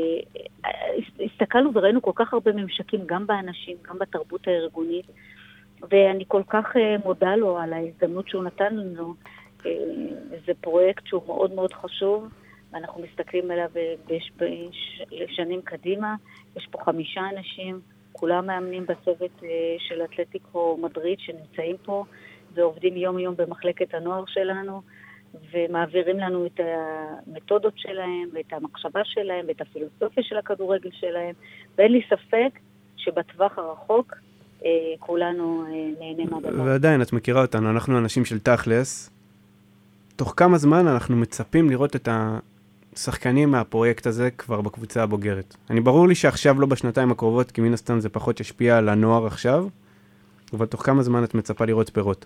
Speaker 5: הסתכלנו וראינו כל כך הרבה ממשקים, גם באנשים, גם בתרבות הארגונית, ואני כל כך אה, מודה לו על ההזדמנות שהוא נתן לנו. אה, זה פרויקט שהוא מאוד מאוד חשוב, ואנחנו מסתכלים עליו בש, בש, לשנים קדימה. יש פה חמישה אנשים, כולם מאמנים בצוות של אתלטיקו מדריד שנמצאים פה, ועובדים יום יום במחלקת הנוער שלנו, ומעבירים לנו את המתודות שלהם, ואת המחשבה שלהם, ואת הפילוסופיה של הכדורגל שלהם, ואין לי ספק שבטווח הרחוק כולנו נהנה מהדבר.
Speaker 1: ועדיין, את מכירה אותנו, אנחנו אנשים של תכלס. תוך כמה זמן אנחנו מצפים לראות את ה... שחקנים מהפרויקט הזה כבר בקבוצה הבוגרת. אני ברור לי שעכשיו לא בשנתיים הקרובות, כי מן הסתם זה פחות ישפיע על הנוער עכשיו, אבל תוך כמה זמן את מצפה לראות פירות?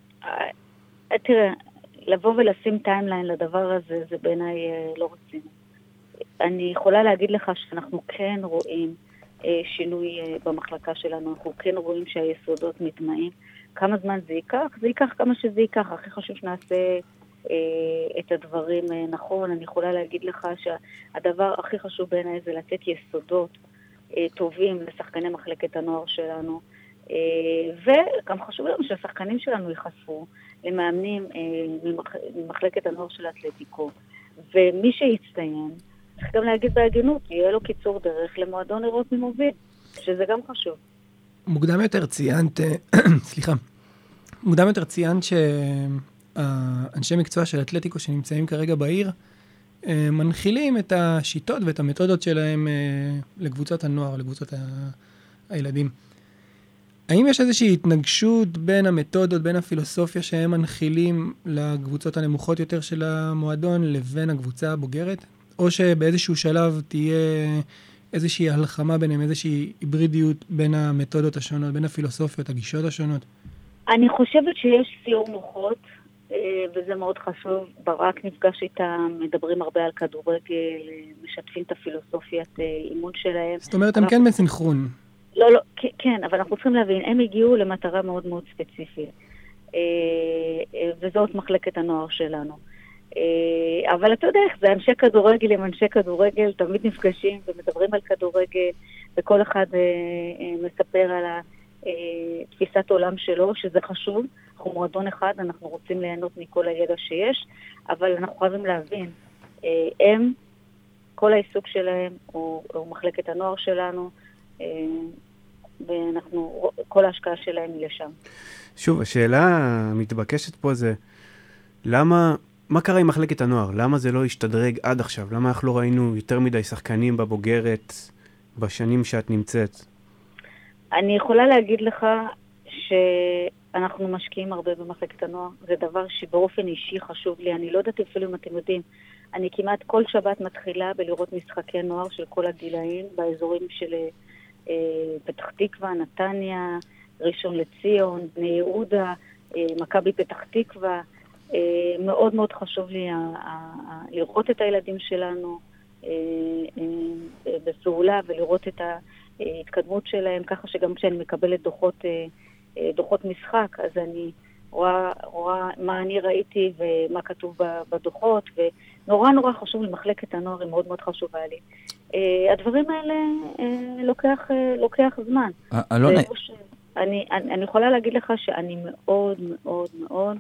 Speaker 5: תראה, לבוא ולשים טיימליין לדבר הזה, זה בעיניי לא רציני. אני יכולה להגיד לך שאנחנו כן רואים שינוי במחלקה שלנו, אנחנו כן רואים שהיסודות מתמאים. כמה זמן זה ייקח? זה ייקח כמה שזה ייקח. הכי חשוב שנעשה את הדברים נכון. אני יכולה להגיד לך שהדבר הכי חשוב בעיניי זה לתת יסודות טובים לשחקני מחלקת הנוער שלנו, וגם חשוב לנו שהשחקנים שלנו ייחשפו למאמנים ממחלקת הנוער של האתלטיקו, ומי שיצטיין, צריך גם להגיד בהגינות, יהיה לו קיצור דרך למועדון אירופי מוביל, שזה גם חשוב.
Speaker 2: מוקדם יותר ציינת, סליחה, מוקדם יותר ציינת ש... האנשי מקצוע של אתלטיקו שנמצאים כרגע בעיר, מנחילים את השיטות ואת המתודות שלהם לקבוצות הנוער, לקבוצות הילדים. האם יש איזושהי התנגשות בין המתודות, בין הפילוסופיה שהם מנחילים לקבוצות הנמוכות יותר של המועדון לבין הקבוצה הבוגרת? או שבאיזשהו שלב תהיה איזושהי הלחמה ביניהם, איזושהי היברידיות בין המתודות השונות, בין הפילוסופיות, הגישות השונות?
Speaker 5: אני חושבת שיש סיור מוחות, וזה מאוד חשוב. ברק נפגש איתם, מדברים הרבה על כדורגל, משתפים את הפילוסופיית אימון שלהם.
Speaker 2: זאת אומרת, הם כן בסנכרון.
Speaker 5: לא, לא, כן, אבל אנחנו צריכים להבין, הם הגיעו למטרה מאוד מאוד ספציפית, וזאת מחלקת הנוער שלנו. אבל אתה יודע איך, זה אנשי כדורגל עם אנשי כדורגל, תמיד נפגשים ומדברים על כדורגל, וכל אחד מספר על ה... תפיסת עולם שלו, שזה חשוב. אנחנו מועדון אחד, אנחנו רוצים ליהנות מכל הידע שיש, אבל אנחנו חייבים להבין, הם, כל העיסוק שלהם הוא, הוא מחלקת הנוער שלנו, ואנחנו, כל ההשקעה שלהם היא לשם.
Speaker 1: שוב, השאלה המתבקשת פה זה, למה, מה קרה עם מחלקת הנוער? למה זה לא השתדרג עד עכשיו? למה אנחנו לא ראינו יותר מדי שחקנים בבוגרת בשנים שאת נמצאת?
Speaker 5: אני יכולה להגיד לך שאנחנו משקיעים הרבה במחלקת הנוער. זה דבר שבאופן אישי חשוב לי. אני לא יודעת אפילו אם אתם יודעים. אני כמעט כל שבת מתחילה בלראות משחקי נוער של כל הגילאים, באזורים של אה, פתח תקווה, נתניה, ראשון לציון, בני יהודה, אה, מכבי פתח תקווה. אה, מאוד מאוד חשוב לי אה, אה, לראות את הילדים שלנו אה, אה, בפעולה ולראות את ה... התקדמות שלהם, ככה שגם כשאני מקבלת דוחות, דוחות משחק, אז אני רואה, רואה מה אני ראיתי ומה כתוב בדוחות, ונורא נורא חשוב למחלקת הנוער, היא מאוד מאוד חשובה לי. הדברים האלה לוקח, לוקח זמן.
Speaker 4: אלונה.
Speaker 5: אני, אני יכולה להגיד לך שאני מאוד מאוד מאוד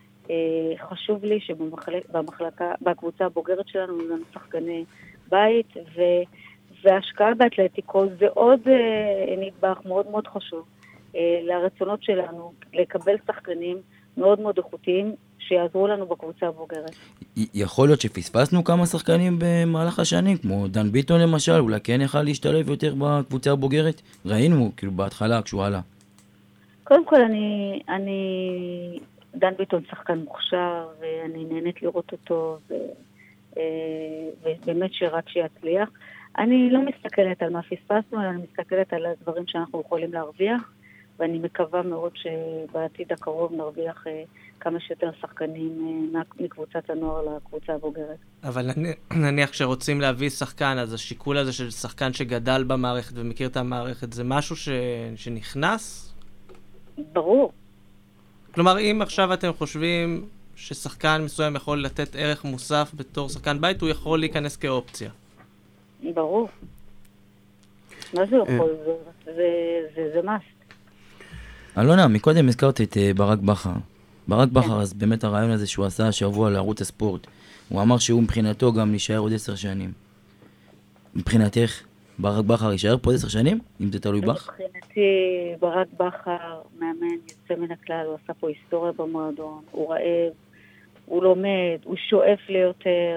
Speaker 5: חשוב לי שבמחלקה, בקבוצה הבוגרת שלנו, יש לנו שחקני בית, ו... וההשקעה באתלטיקו זה עוד אה, נדבך מאוד מאוד חשוב אה, לרצונות שלנו, לקבל שחקנים מאוד מאוד איכותיים שיעזרו לנו בקבוצה הבוגרת.
Speaker 4: יכול להיות שפספסנו כמה שחקנים במהלך השנים, כמו דן ביטון למשל, אולי כן יכל להשתלב יותר בקבוצה הבוגרת? ראינו, כאילו, בהתחלה כשהוא עלה.
Speaker 5: קודם כל, אני, אני, דן ביטון שחקן מוכשר, ואני נהנית לראות אותו, ו, אה, ובאמת שרק שיצליח. אני לא מסתכלת על מה פספסנו, אלא אני מסתכלת על הדברים שאנחנו יכולים להרוויח, ואני מקווה מאוד שבעתיד הקרוב נרוויח אה, כמה שיותר שחקנים אה, מקבוצת הנוער לקבוצה הבוגרת.
Speaker 3: אבל נניח שרוצים להביא שחקן, אז השיקול הזה של שחקן שגדל במערכת ומכיר את המערכת, זה משהו ש... שנכנס?
Speaker 5: ברור.
Speaker 3: כלומר, אם עכשיו אתם חושבים ששחקן מסוים יכול לתת ערך מוסף בתור שחקן בית, הוא יכול להיכנס כאופציה.
Speaker 5: ברור. מה זה יכול? זה must.
Speaker 4: אלונה, מקודם הזכרת את ברק בכר. ברק בכר, אז באמת הרעיון הזה שהוא עשה השבוע לערוץ הספורט, הוא אמר שהוא מבחינתו גם נשאר עוד עשר שנים. מבחינתך, ברק בכר יישאר פה עוד עשר שנים? אם זה תלוי בך?
Speaker 5: מבחינתי, ברק בכר מאמן יוצא מן הכלל, הוא עשה פה היסטוריה במועדון, הוא רעב, הוא לומד, הוא שואף ליותר,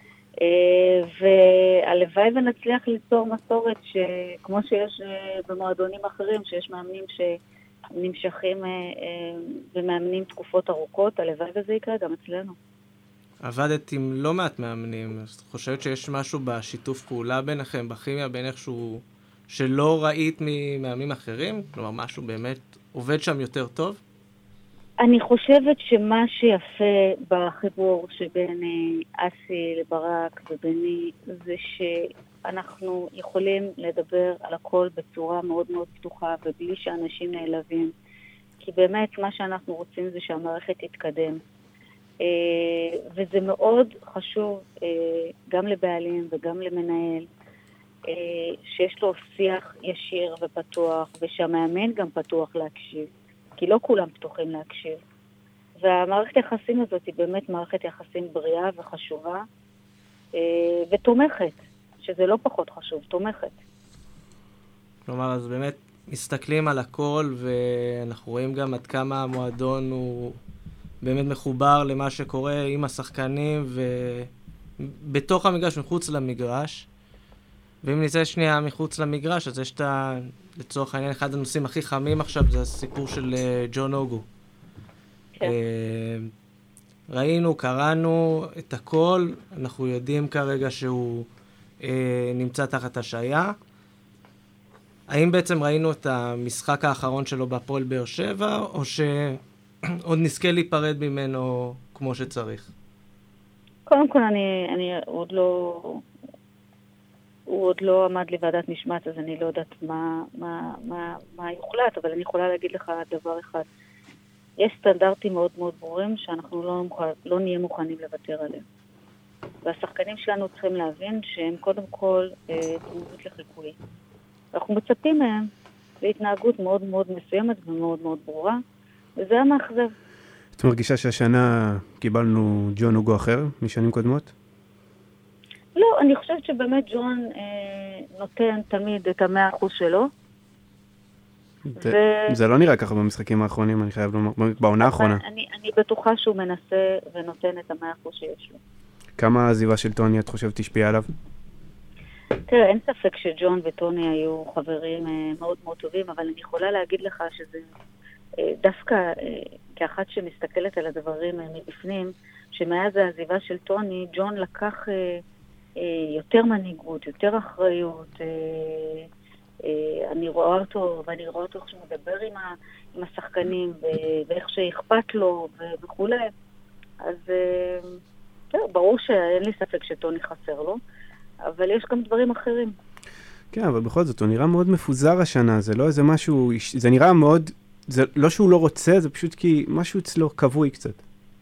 Speaker 5: והלוואי ונצליח ליצור מסורת שכמו שיש במועדונים אחרים, שיש מאמנים שנמשכים ומאמנים תקופות ארוכות, הלוואי וזה יקרה גם אצלנו.
Speaker 3: עבדת עם לא מעט מאמנים, אז חושבת שיש משהו בשיתוף פעולה ביניכם, בכימיה, בין איכשהו שלא ראית ממאמנים אחרים? כלומר, משהו באמת עובד שם יותר טוב?
Speaker 5: אני חושבת שמה שיפה בחיבור שבין אסי לברק וביני, זה שאנחנו יכולים לדבר על הכל בצורה מאוד מאוד פתוחה, ובלי שאנשים נעלבים. כי באמת מה שאנחנו רוצים זה שהמערכת תתקדם. וזה מאוד חשוב גם לבעלים וגם למנהל, שיש לו שיח ישיר ופתוח, ושהמאמן גם פתוח להקשיב, כי לא כולם פתוחים להקשיב. והמערכת היחסים הזאת היא באמת מערכת יחסים בריאה וחשובה, ותומכת, שזה לא פחות חשוב, תומכת.
Speaker 3: כלומר, אז באמת מסתכלים על הכל, ואנחנו רואים גם עד כמה המועדון הוא באמת מחובר למה שקורה עם השחקנים, ובתוך המגרש, מחוץ למגרש. ואם נצא שנייה מחוץ למגרש, אז יש את ה... לצורך העניין, אחד הנושאים הכי חמים עכשיו, זה הסיפור של ג'ון אוגו.
Speaker 5: כן.
Speaker 3: ראינו, קראנו את הכל, אנחנו יודעים כרגע שהוא אה, נמצא תחת השעיה. האם בעצם ראינו את המשחק האחרון שלו בהפועל באר שבע, או שעוד נזכה להיפרד ממנו כמו שצריך?
Speaker 5: קודם כל, אני, אני עוד לא... הוא עוד לא עמד לוועדת משמעת, אז אני לא יודעת מה, מה, מה, מה יוחלט, אבל אני יכולה להגיד לך דבר אחד. יש סטנדרטים מאוד מאוד ברורים שאנחנו לא, מוכן, לא נהיה מוכנים לוותר עליהם. והשחקנים שלנו צריכים להבין שהם קודם כל תמונות לחיקוי. אנחנו מצפים מהם להתנהגות מאוד מאוד מסוימת ומאוד מאוד ברורה, וזה המאכזב.
Speaker 1: את מרגישה שהשנה קיבלנו ג'ון אוגו אחר משנים קודמות?
Speaker 5: לא, אני חושבת שבאמת ג'ון אה, נותן תמיד את המאה אחוז שלו.
Speaker 1: זה, ו... זה לא נראה ככה במשחקים האחרונים, אני חייב לומר, בעונה האחרונה.
Speaker 5: אני, אני בטוחה שהוא מנסה ונותן את המאה אחוז שיש לו. כמה
Speaker 1: העזיבה של טוני את חושבת תשפיע עליו?
Speaker 5: תראה, אין ספק שג'ון וטוני היו חברים אה, מאוד מאוד טובים, אבל אני יכולה להגיד לך שזה אה, דווקא אה, כאחת שמסתכלת על הדברים אה, מבפנים, שמאז העזיבה של טוני, ג'ון לקח... אה, יותר מנהיגות, יותר אחריות. אני רואה אותו, ואני רואה אותו איך שהוא מדבר עם, ה, עם השחקנים, ואיך שאכפת לו, וכו'. אז ברור שאין לי ספק שטוני חסר לו, אבל יש גם דברים אחרים.
Speaker 1: כן, אבל בכל זאת, הוא נראה מאוד מפוזר השנה, זה לא איזה משהו, זה נראה מאוד, זה לא שהוא לא רוצה, זה פשוט כי משהו אצלו קבוי קצת.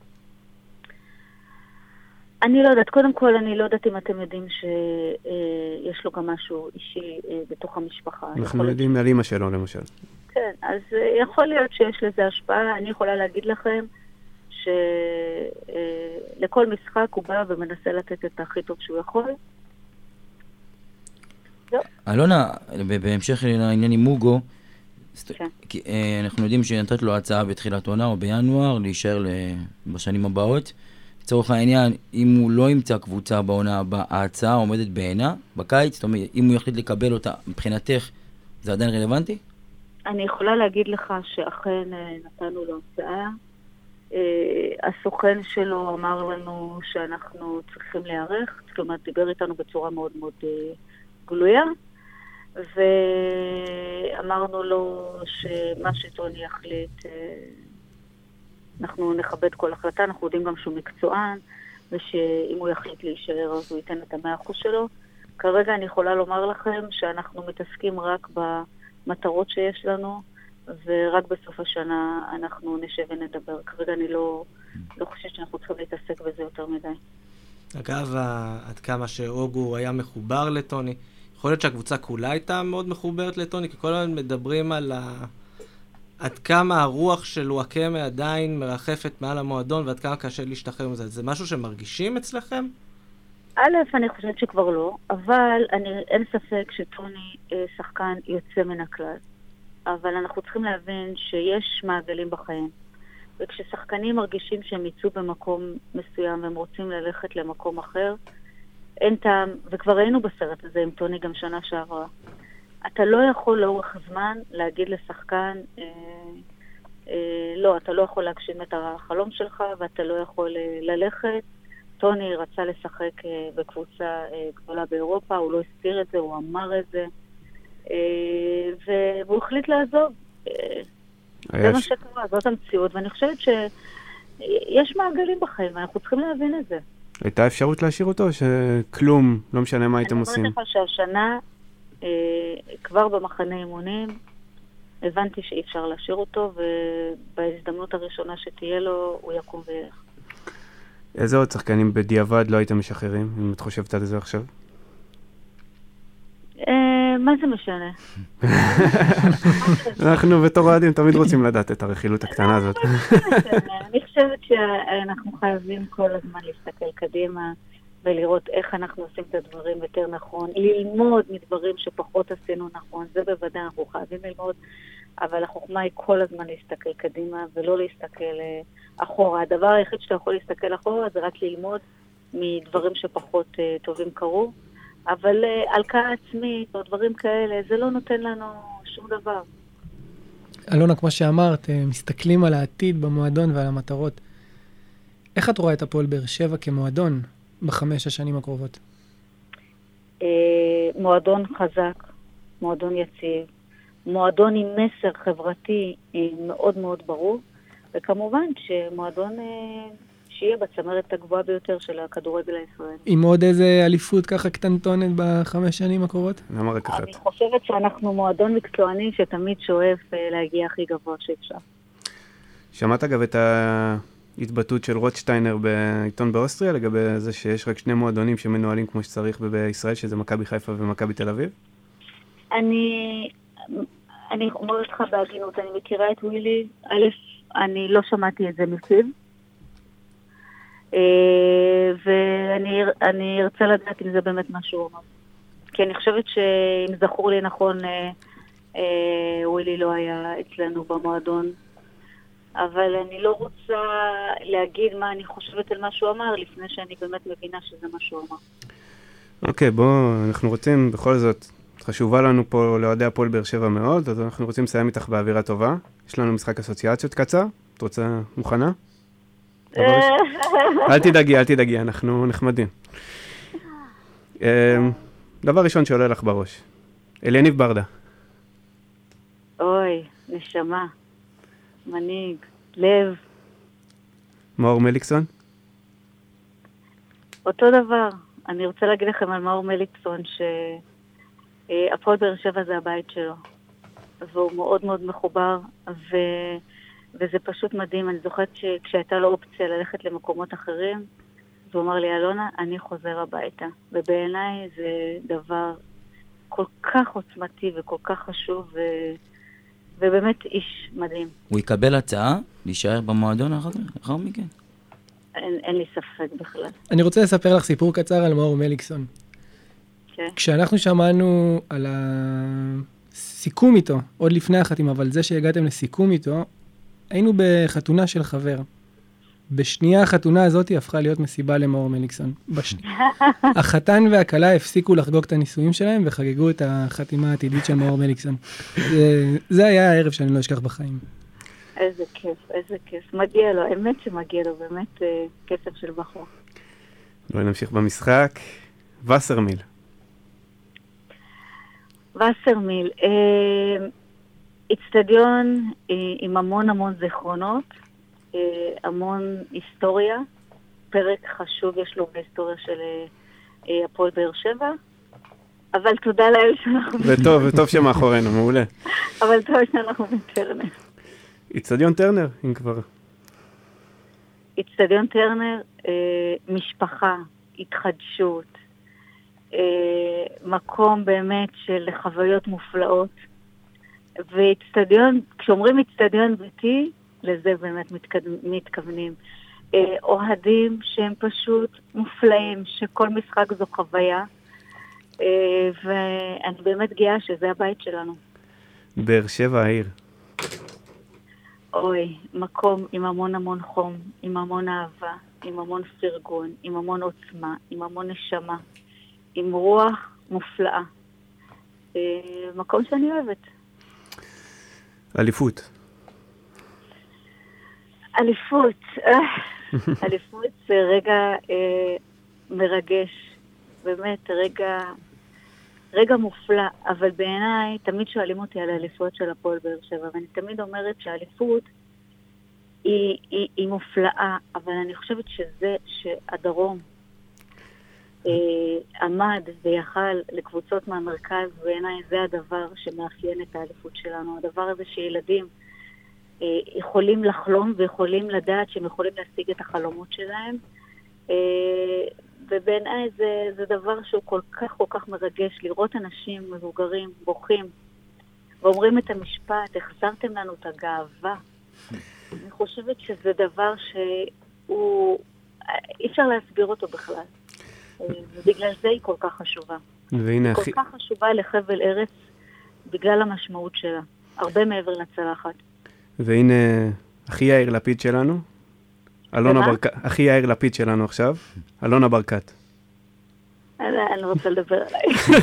Speaker 5: אני לא יודעת, קודם כל אני לא יודעת אם אתם יודעים שיש לו גם משהו אישי בתוך המשפחה.
Speaker 1: אנחנו יודעים על אמא שלו למשל.
Speaker 5: כן, אז יכול להיות שיש לזה השפעה. אני יכולה להגיד לכם שלכל משחק הוא בא ומנסה לתת את הכי טוב שהוא יכול.
Speaker 4: אלונה, בהמשך לעניין עם מוגו, אנחנו יודעים שנתת לו הצעה בתחילת עונה או בינואר להישאר בשנים הבאות. לצורך העניין, אם הוא לא ימצא קבוצה בעונה הבאה, ההצעה עומדת בעינה בקיץ, זאת אומרת, אם הוא יחליט לקבל אותה, מבחינתך, זה עדיין רלוונטי?
Speaker 5: אני יכולה להגיד לך שאכן נתנו לו הצעה. הסוכן שלו אמר לנו שאנחנו צריכים להיערך, כלומר, דיבר איתנו בצורה מאוד מאוד גלויה, ואמרנו לו שמה שטוני יחליט... אנחנו נכבד כל החלטה, אנחנו יודעים גם שהוא מקצוען, ושאם הוא יחליט להישאר, אז הוא ייתן את המאה אחוז שלו. כרגע אני יכולה לומר לכם שאנחנו מתעסקים רק במטרות שיש לנו, ורק בסוף השנה אנחנו נשב ונדבר. כרגע אני לא, לא חושבת שאנחנו צריכים להתעסק בזה יותר מדי.
Speaker 3: אגב, עד כמה שאוגו היה מחובר לטוני, יכול להיות שהקבוצה כולה הייתה מאוד מחוברת לטוני, כי כל הזמן מדברים על ה... עד כמה הרוח של וואקמה עדיין מרחפת מעל המועדון, ועד כמה קשה להשתחרר מזה. זה משהו שמרגישים אצלכם?
Speaker 5: א', אני חושבת שכבר לא, אבל אני, אין ספק שטוני אה, שחקן יוצא מן הכלל. אבל אנחנו צריכים להבין שיש מעגלים בחיים. וכששחקנים מרגישים שהם יצאו במקום מסוים והם רוצים ללכת למקום אחר, אין טעם, וכבר ראינו בסרט הזה עם טוני גם שנה שעברה. אתה לא יכול לאורך הזמן להגיד לשחקן, אה, אה, לא, אתה לא יכול להגשים את החלום שלך ואתה לא יכול אה, ללכת. טוני רצה לשחק אה, בקבוצה אה, גדולה באירופה, הוא לא הסתיר את זה, הוא אמר את זה, אה, והוא החליט לעזוב. אה, זה מה שקרה, זאת המציאות, ואני חושבת שיש מעגלים בחיים, ואנחנו צריכים להבין את זה.
Speaker 1: הייתה אפשרות להשאיר אותו, שכלום, לא משנה מה הייתם עושים?
Speaker 5: אני אומרת לך שהשנה, אה, כבר במחנה אימונים, הבנתי שאי אפשר להשאיר אותו, ובהזדמנות הראשונה שתהיה לו, הוא יקום וילך.
Speaker 1: איזה עוד שחקנים בדיעבד לא הייתם משחררים, אם את חושבת על זה עכשיו?
Speaker 5: מה זה משנה?
Speaker 1: אנחנו בתור אוהדים תמיד רוצים לדעת את הרכילות הקטנה הזאת.
Speaker 5: אני חושבת שאנחנו חייבים כל הזמן להסתכל קדימה ולראות איך אנחנו עושים את הדברים יותר נכון, ללמוד מדברים שפחות עשינו נכון, זה בוודאי אנחנו חייבים ללמוד, אבל החוכמה היא כל הזמן להסתכל קדימה ולא להסתכל אחורה. הדבר היחיד שאתה יכול להסתכל אחורה זה רק ללמוד מדברים שפחות טובים קרו, אבל הלקאה עצמית או דברים כאלה, זה לא נותן לנו שום דבר.
Speaker 2: אלונה, כמו שאמרת, מסתכלים על העתיד במועדון ועל המטרות. איך את רואה את הפועל באר שבע כמועדון בחמש השנים הקרובות?
Speaker 5: מועדון חזק, מועדון יציב, מועדון עם מסר חברתי מאוד מאוד ברור, וכמובן שמועדון שיהיה בצמרת הגבוהה ביותר של הכדורגל הישראלי.
Speaker 2: עם עוד איזה אליפות ככה קטנטונת בחמש שנים הקרובות?
Speaker 1: למה רק אחת?
Speaker 5: אני חושבת שאנחנו מועדון מקצועני שתמיד שואף להגיע הכי גבוה שאפשר.
Speaker 1: שמעת אגב את ההתבטאות של רוטשטיינר בעיתון באוסטריה לגבי זה שיש רק שני מועדונים שמנוהלים כמו שצריך בישראל, שזה מכבי חיפה ומכבי תל אביב? אני,
Speaker 5: אני אומרת לך בהגינות, אני מכירה את ווילי, א', אני לא שמעתי את זה מפיו, ואני ארצה לדעת אם זה באמת מה שהוא אומר. כי אני חושבת שאם זכור לי נכון, ווילי לא היה אצלנו במועדון, אבל אני לא רוצה להגיד מה אני חושבת על מה שהוא אמר, לפני שאני באמת מבינה שזה מה שהוא אמר.
Speaker 1: אוקיי, בואו, אנחנו רוצים בכל זאת, חשובה לנו פה לאוהדי הפועל באר שבע מאוד, אז אנחנו רוצים לסיים איתך באווירה טובה. יש לנו משחק אסוציאציות קצר, את רוצה מוכנה? אל תדאגי, אל תדאגי, אנחנו נחמדים. דבר ראשון שעולה לך בראש, אליניב ברדה.
Speaker 5: אוי, נשמה, מנהיג, לב.
Speaker 1: מאור מליקסון?
Speaker 5: אותו דבר. אני רוצה להגיד לכם על מאור מליקסון, שהפועל באר שבע זה הבית שלו. והוא מאוד מאוד מחובר, ו... וזה פשוט מדהים. אני זוכרת שכשהייתה לו אופציה ללכת למקומות אחרים, הוא אמר לי, אלונה, אני חוזר הביתה. ובעיניי זה דבר כל כך עוצמתי וכל כך חשוב, ו... ובאמת איש מדהים.
Speaker 4: הוא יקבל הצעה להישאר במועדון אחר, אחר מכן?
Speaker 5: אין, אין לי ספק בכלל.
Speaker 2: אני רוצה לספר לך סיפור קצר על מאור מליקסון.
Speaker 5: כן.
Speaker 2: כשאנחנו שמענו על הסיכום איתו, עוד לפני החתימה, אבל זה שהגעתם לסיכום איתו, היינו בחתונה של חבר. בשנייה החתונה הזאת הפכה להיות מסיבה למאור מליקסון. בשנייה. החתן והכלה הפסיקו לחגוג את הנישואים שלהם וחגגו את החתימה העתידית של מאור מליקסון. זה, זה היה הערב שאני לא אשכח בחיים.
Speaker 5: איזה כיף, איזה כיף. מגיע לו, האמת שמגיע לו, באמת אה, כסף של בחור.
Speaker 1: בואי נמשיך במשחק. וסרמיל.
Speaker 5: וסרמיל. אה, אצטדיון אה, עם המון המון זיכרונות, אה, המון היסטוריה, פרק חשוב יש לו בהיסטוריה של אה, הפועל באר שבע, אבל תודה לאל שאנחנו...
Speaker 1: וטוב, וטוב שמאחורינו, מעולה.
Speaker 5: אבל טוב שאנחנו בטרנר.
Speaker 1: אצטדיון טרנר, אם כבר.
Speaker 5: אצטדיון טרנר, אה, משפחה, התחדשות, אה, מקום באמת של חוויות מופלאות, ואצטדיון, כשאומרים אצטדיון ביתי, לזה באמת מתקד... מתכוונים. אה, אוהדים שהם פשוט מופלאים, שכל משחק זו חוויה, אה, ואני באמת גאה שזה הבית שלנו.
Speaker 1: באר שבע העיר.
Speaker 5: אוי, מקום עם המון המון חום, עם המון אהבה, עם המון פרגון, עם המון עוצמה, עם המון נשמה, עם רוח מופלאה. אה, מקום שאני אוהבת.
Speaker 1: אליפות.
Speaker 5: אליפות. אליפות זה רגע אה, מרגש. באמת, רגע, רגע מופלא. אבל בעיניי, תמיד שואלים אותי על האליפות של הפועל באר שבע, ואני תמיד אומרת שהאליפות היא, היא, היא מופלאה, אבל אני חושבת שזה שהדרום אה, עמד ויחל לקבוצות מהמרכז, בעיניי זה הדבר שמאפיין את האליפות שלנו. הדבר הזה שילדים אה, יכולים לחלום ויכולים לדעת שהם יכולים להשיג את החלומות שלהם, אה, ובעיניי זה, זה דבר שהוא כל כך כל כך מרגש, לראות אנשים מבוגרים, בוכים, ואומרים את המשפט, החזרתם לנו את הגאווה. אני חושבת שזה דבר שהוא, אי אפשר להסביר אותו בכלל. ובגלל זה היא כל כך חשובה.
Speaker 1: והנה
Speaker 5: כל
Speaker 1: אחי...
Speaker 5: כך חשובה לחבל ארץ, בגלל המשמעות שלה. הרבה מעבר לצלחת.
Speaker 1: והנה אחי יאיר לפיד שלנו. אלונה ברקת, אחי יאיר לפיד שלנו עכשיו. אלונה ברקת.
Speaker 5: אני לא רוצה לדבר עליי.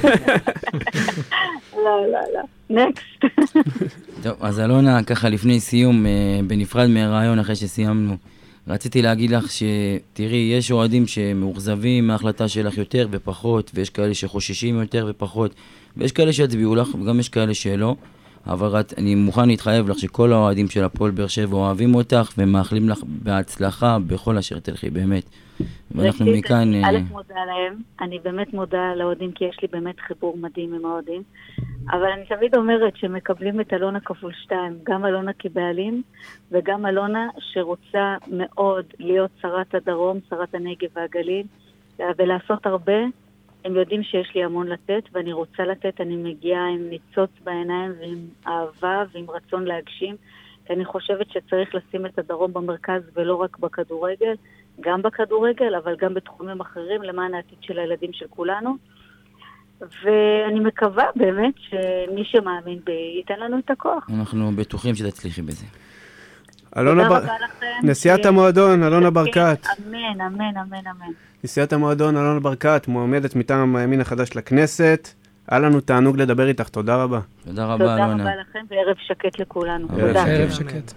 Speaker 5: לא, לא, לא. נקסט.
Speaker 4: טוב, אז אלונה, ככה לפני סיום, בנפרד מהרעיון אחרי שסיימנו, רציתי להגיד לך שתראי, יש אוהדים שמאוכזבים מההחלטה שלך יותר ופחות, ויש כאלה שחוששים יותר ופחות, ויש כאלה שיצביעו לך, וגם יש כאלה שלא, אבל אני מוכן להתחייב לך שכל האוהדים של הפועל באר שבע אוהבים אותך, ומאחלים לך בהצלחה בכל אשר תלכי, באמת. ואנחנו מכאן...
Speaker 5: א' מודה להם, אני באמת מודה לאוהדים, כי יש לי באמת חיבור מדהים עם האוהדים, אבל אני תמיד אומרת שמקבלים את אלונה כפול שתיים, גם אלונה כבעלים, וגם אלונה שרוצה מאוד להיות שרת הדרום, שרת הנגב והגליל, ולעשות הרבה. הם יודעים שיש לי המון לתת, ואני רוצה לתת, אני מגיעה עם ניצוץ בעיניים, ועם אהבה, ועם רצון להגשים, כי אני חושבת שצריך לשים את הדרום במרכז, ולא רק בכדורגל, גם בכדורגל, אבל גם בתחומים אחרים, למען העתיד של הילדים של כולנו. ואני מקווה באמת שמי שמאמין בי ייתן לנו את הכוח.
Speaker 4: אנחנו בטוחים שתצליחי בזה.
Speaker 1: אלונה בר... נשיאת המועדון, אלונה ברקת.
Speaker 5: אמן, אמן, אמן, אמן.
Speaker 1: נשיאת המועדון, אלונה ברקת, מועמדת מטעם הימין החדש לכנסת. היה לנו תענוג לדבר איתך, תודה רבה.
Speaker 4: תודה רבה, אלונה.
Speaker 5: תודה רבה לכם, וערב שקט לכולנו.
Speaker 2: ערב שקט.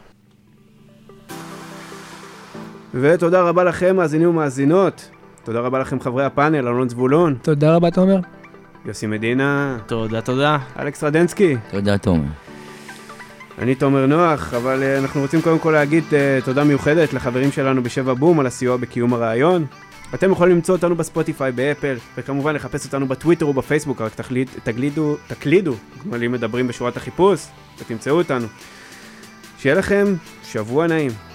Speaker 1: ותודה רבה לכם, מאזינים ומאזינות. תודה רבה לכם, חברי הפאנל, אלון זבולון.
Speaker 2: תודה רבה, תומר.
Speaker 1: יוסי מדינה.
Speaker 3: תודה, תודה.
Speaker 1: אלכס רדנסקי.
Speaker 4: תודה, תומר.
Speaker 1: אני תומר נוח, אבל uh, אנחנו רוצים קודם כל להגיד uh, תודה מיוחדת לחברים שלנו בשבע בום על הסיוע בקיום הרעיון. אתם יכולים למצוא אותנו בספוטיפיי, באפל, וכמובן לחפש אותנו בטוויטר ובפייסבוק, רק תחליד, תגלידו, תקלידו, גמלים מדברים בשורת החיפוש, ותמצאו אותנו. שיהיה לכם שבוע נעים.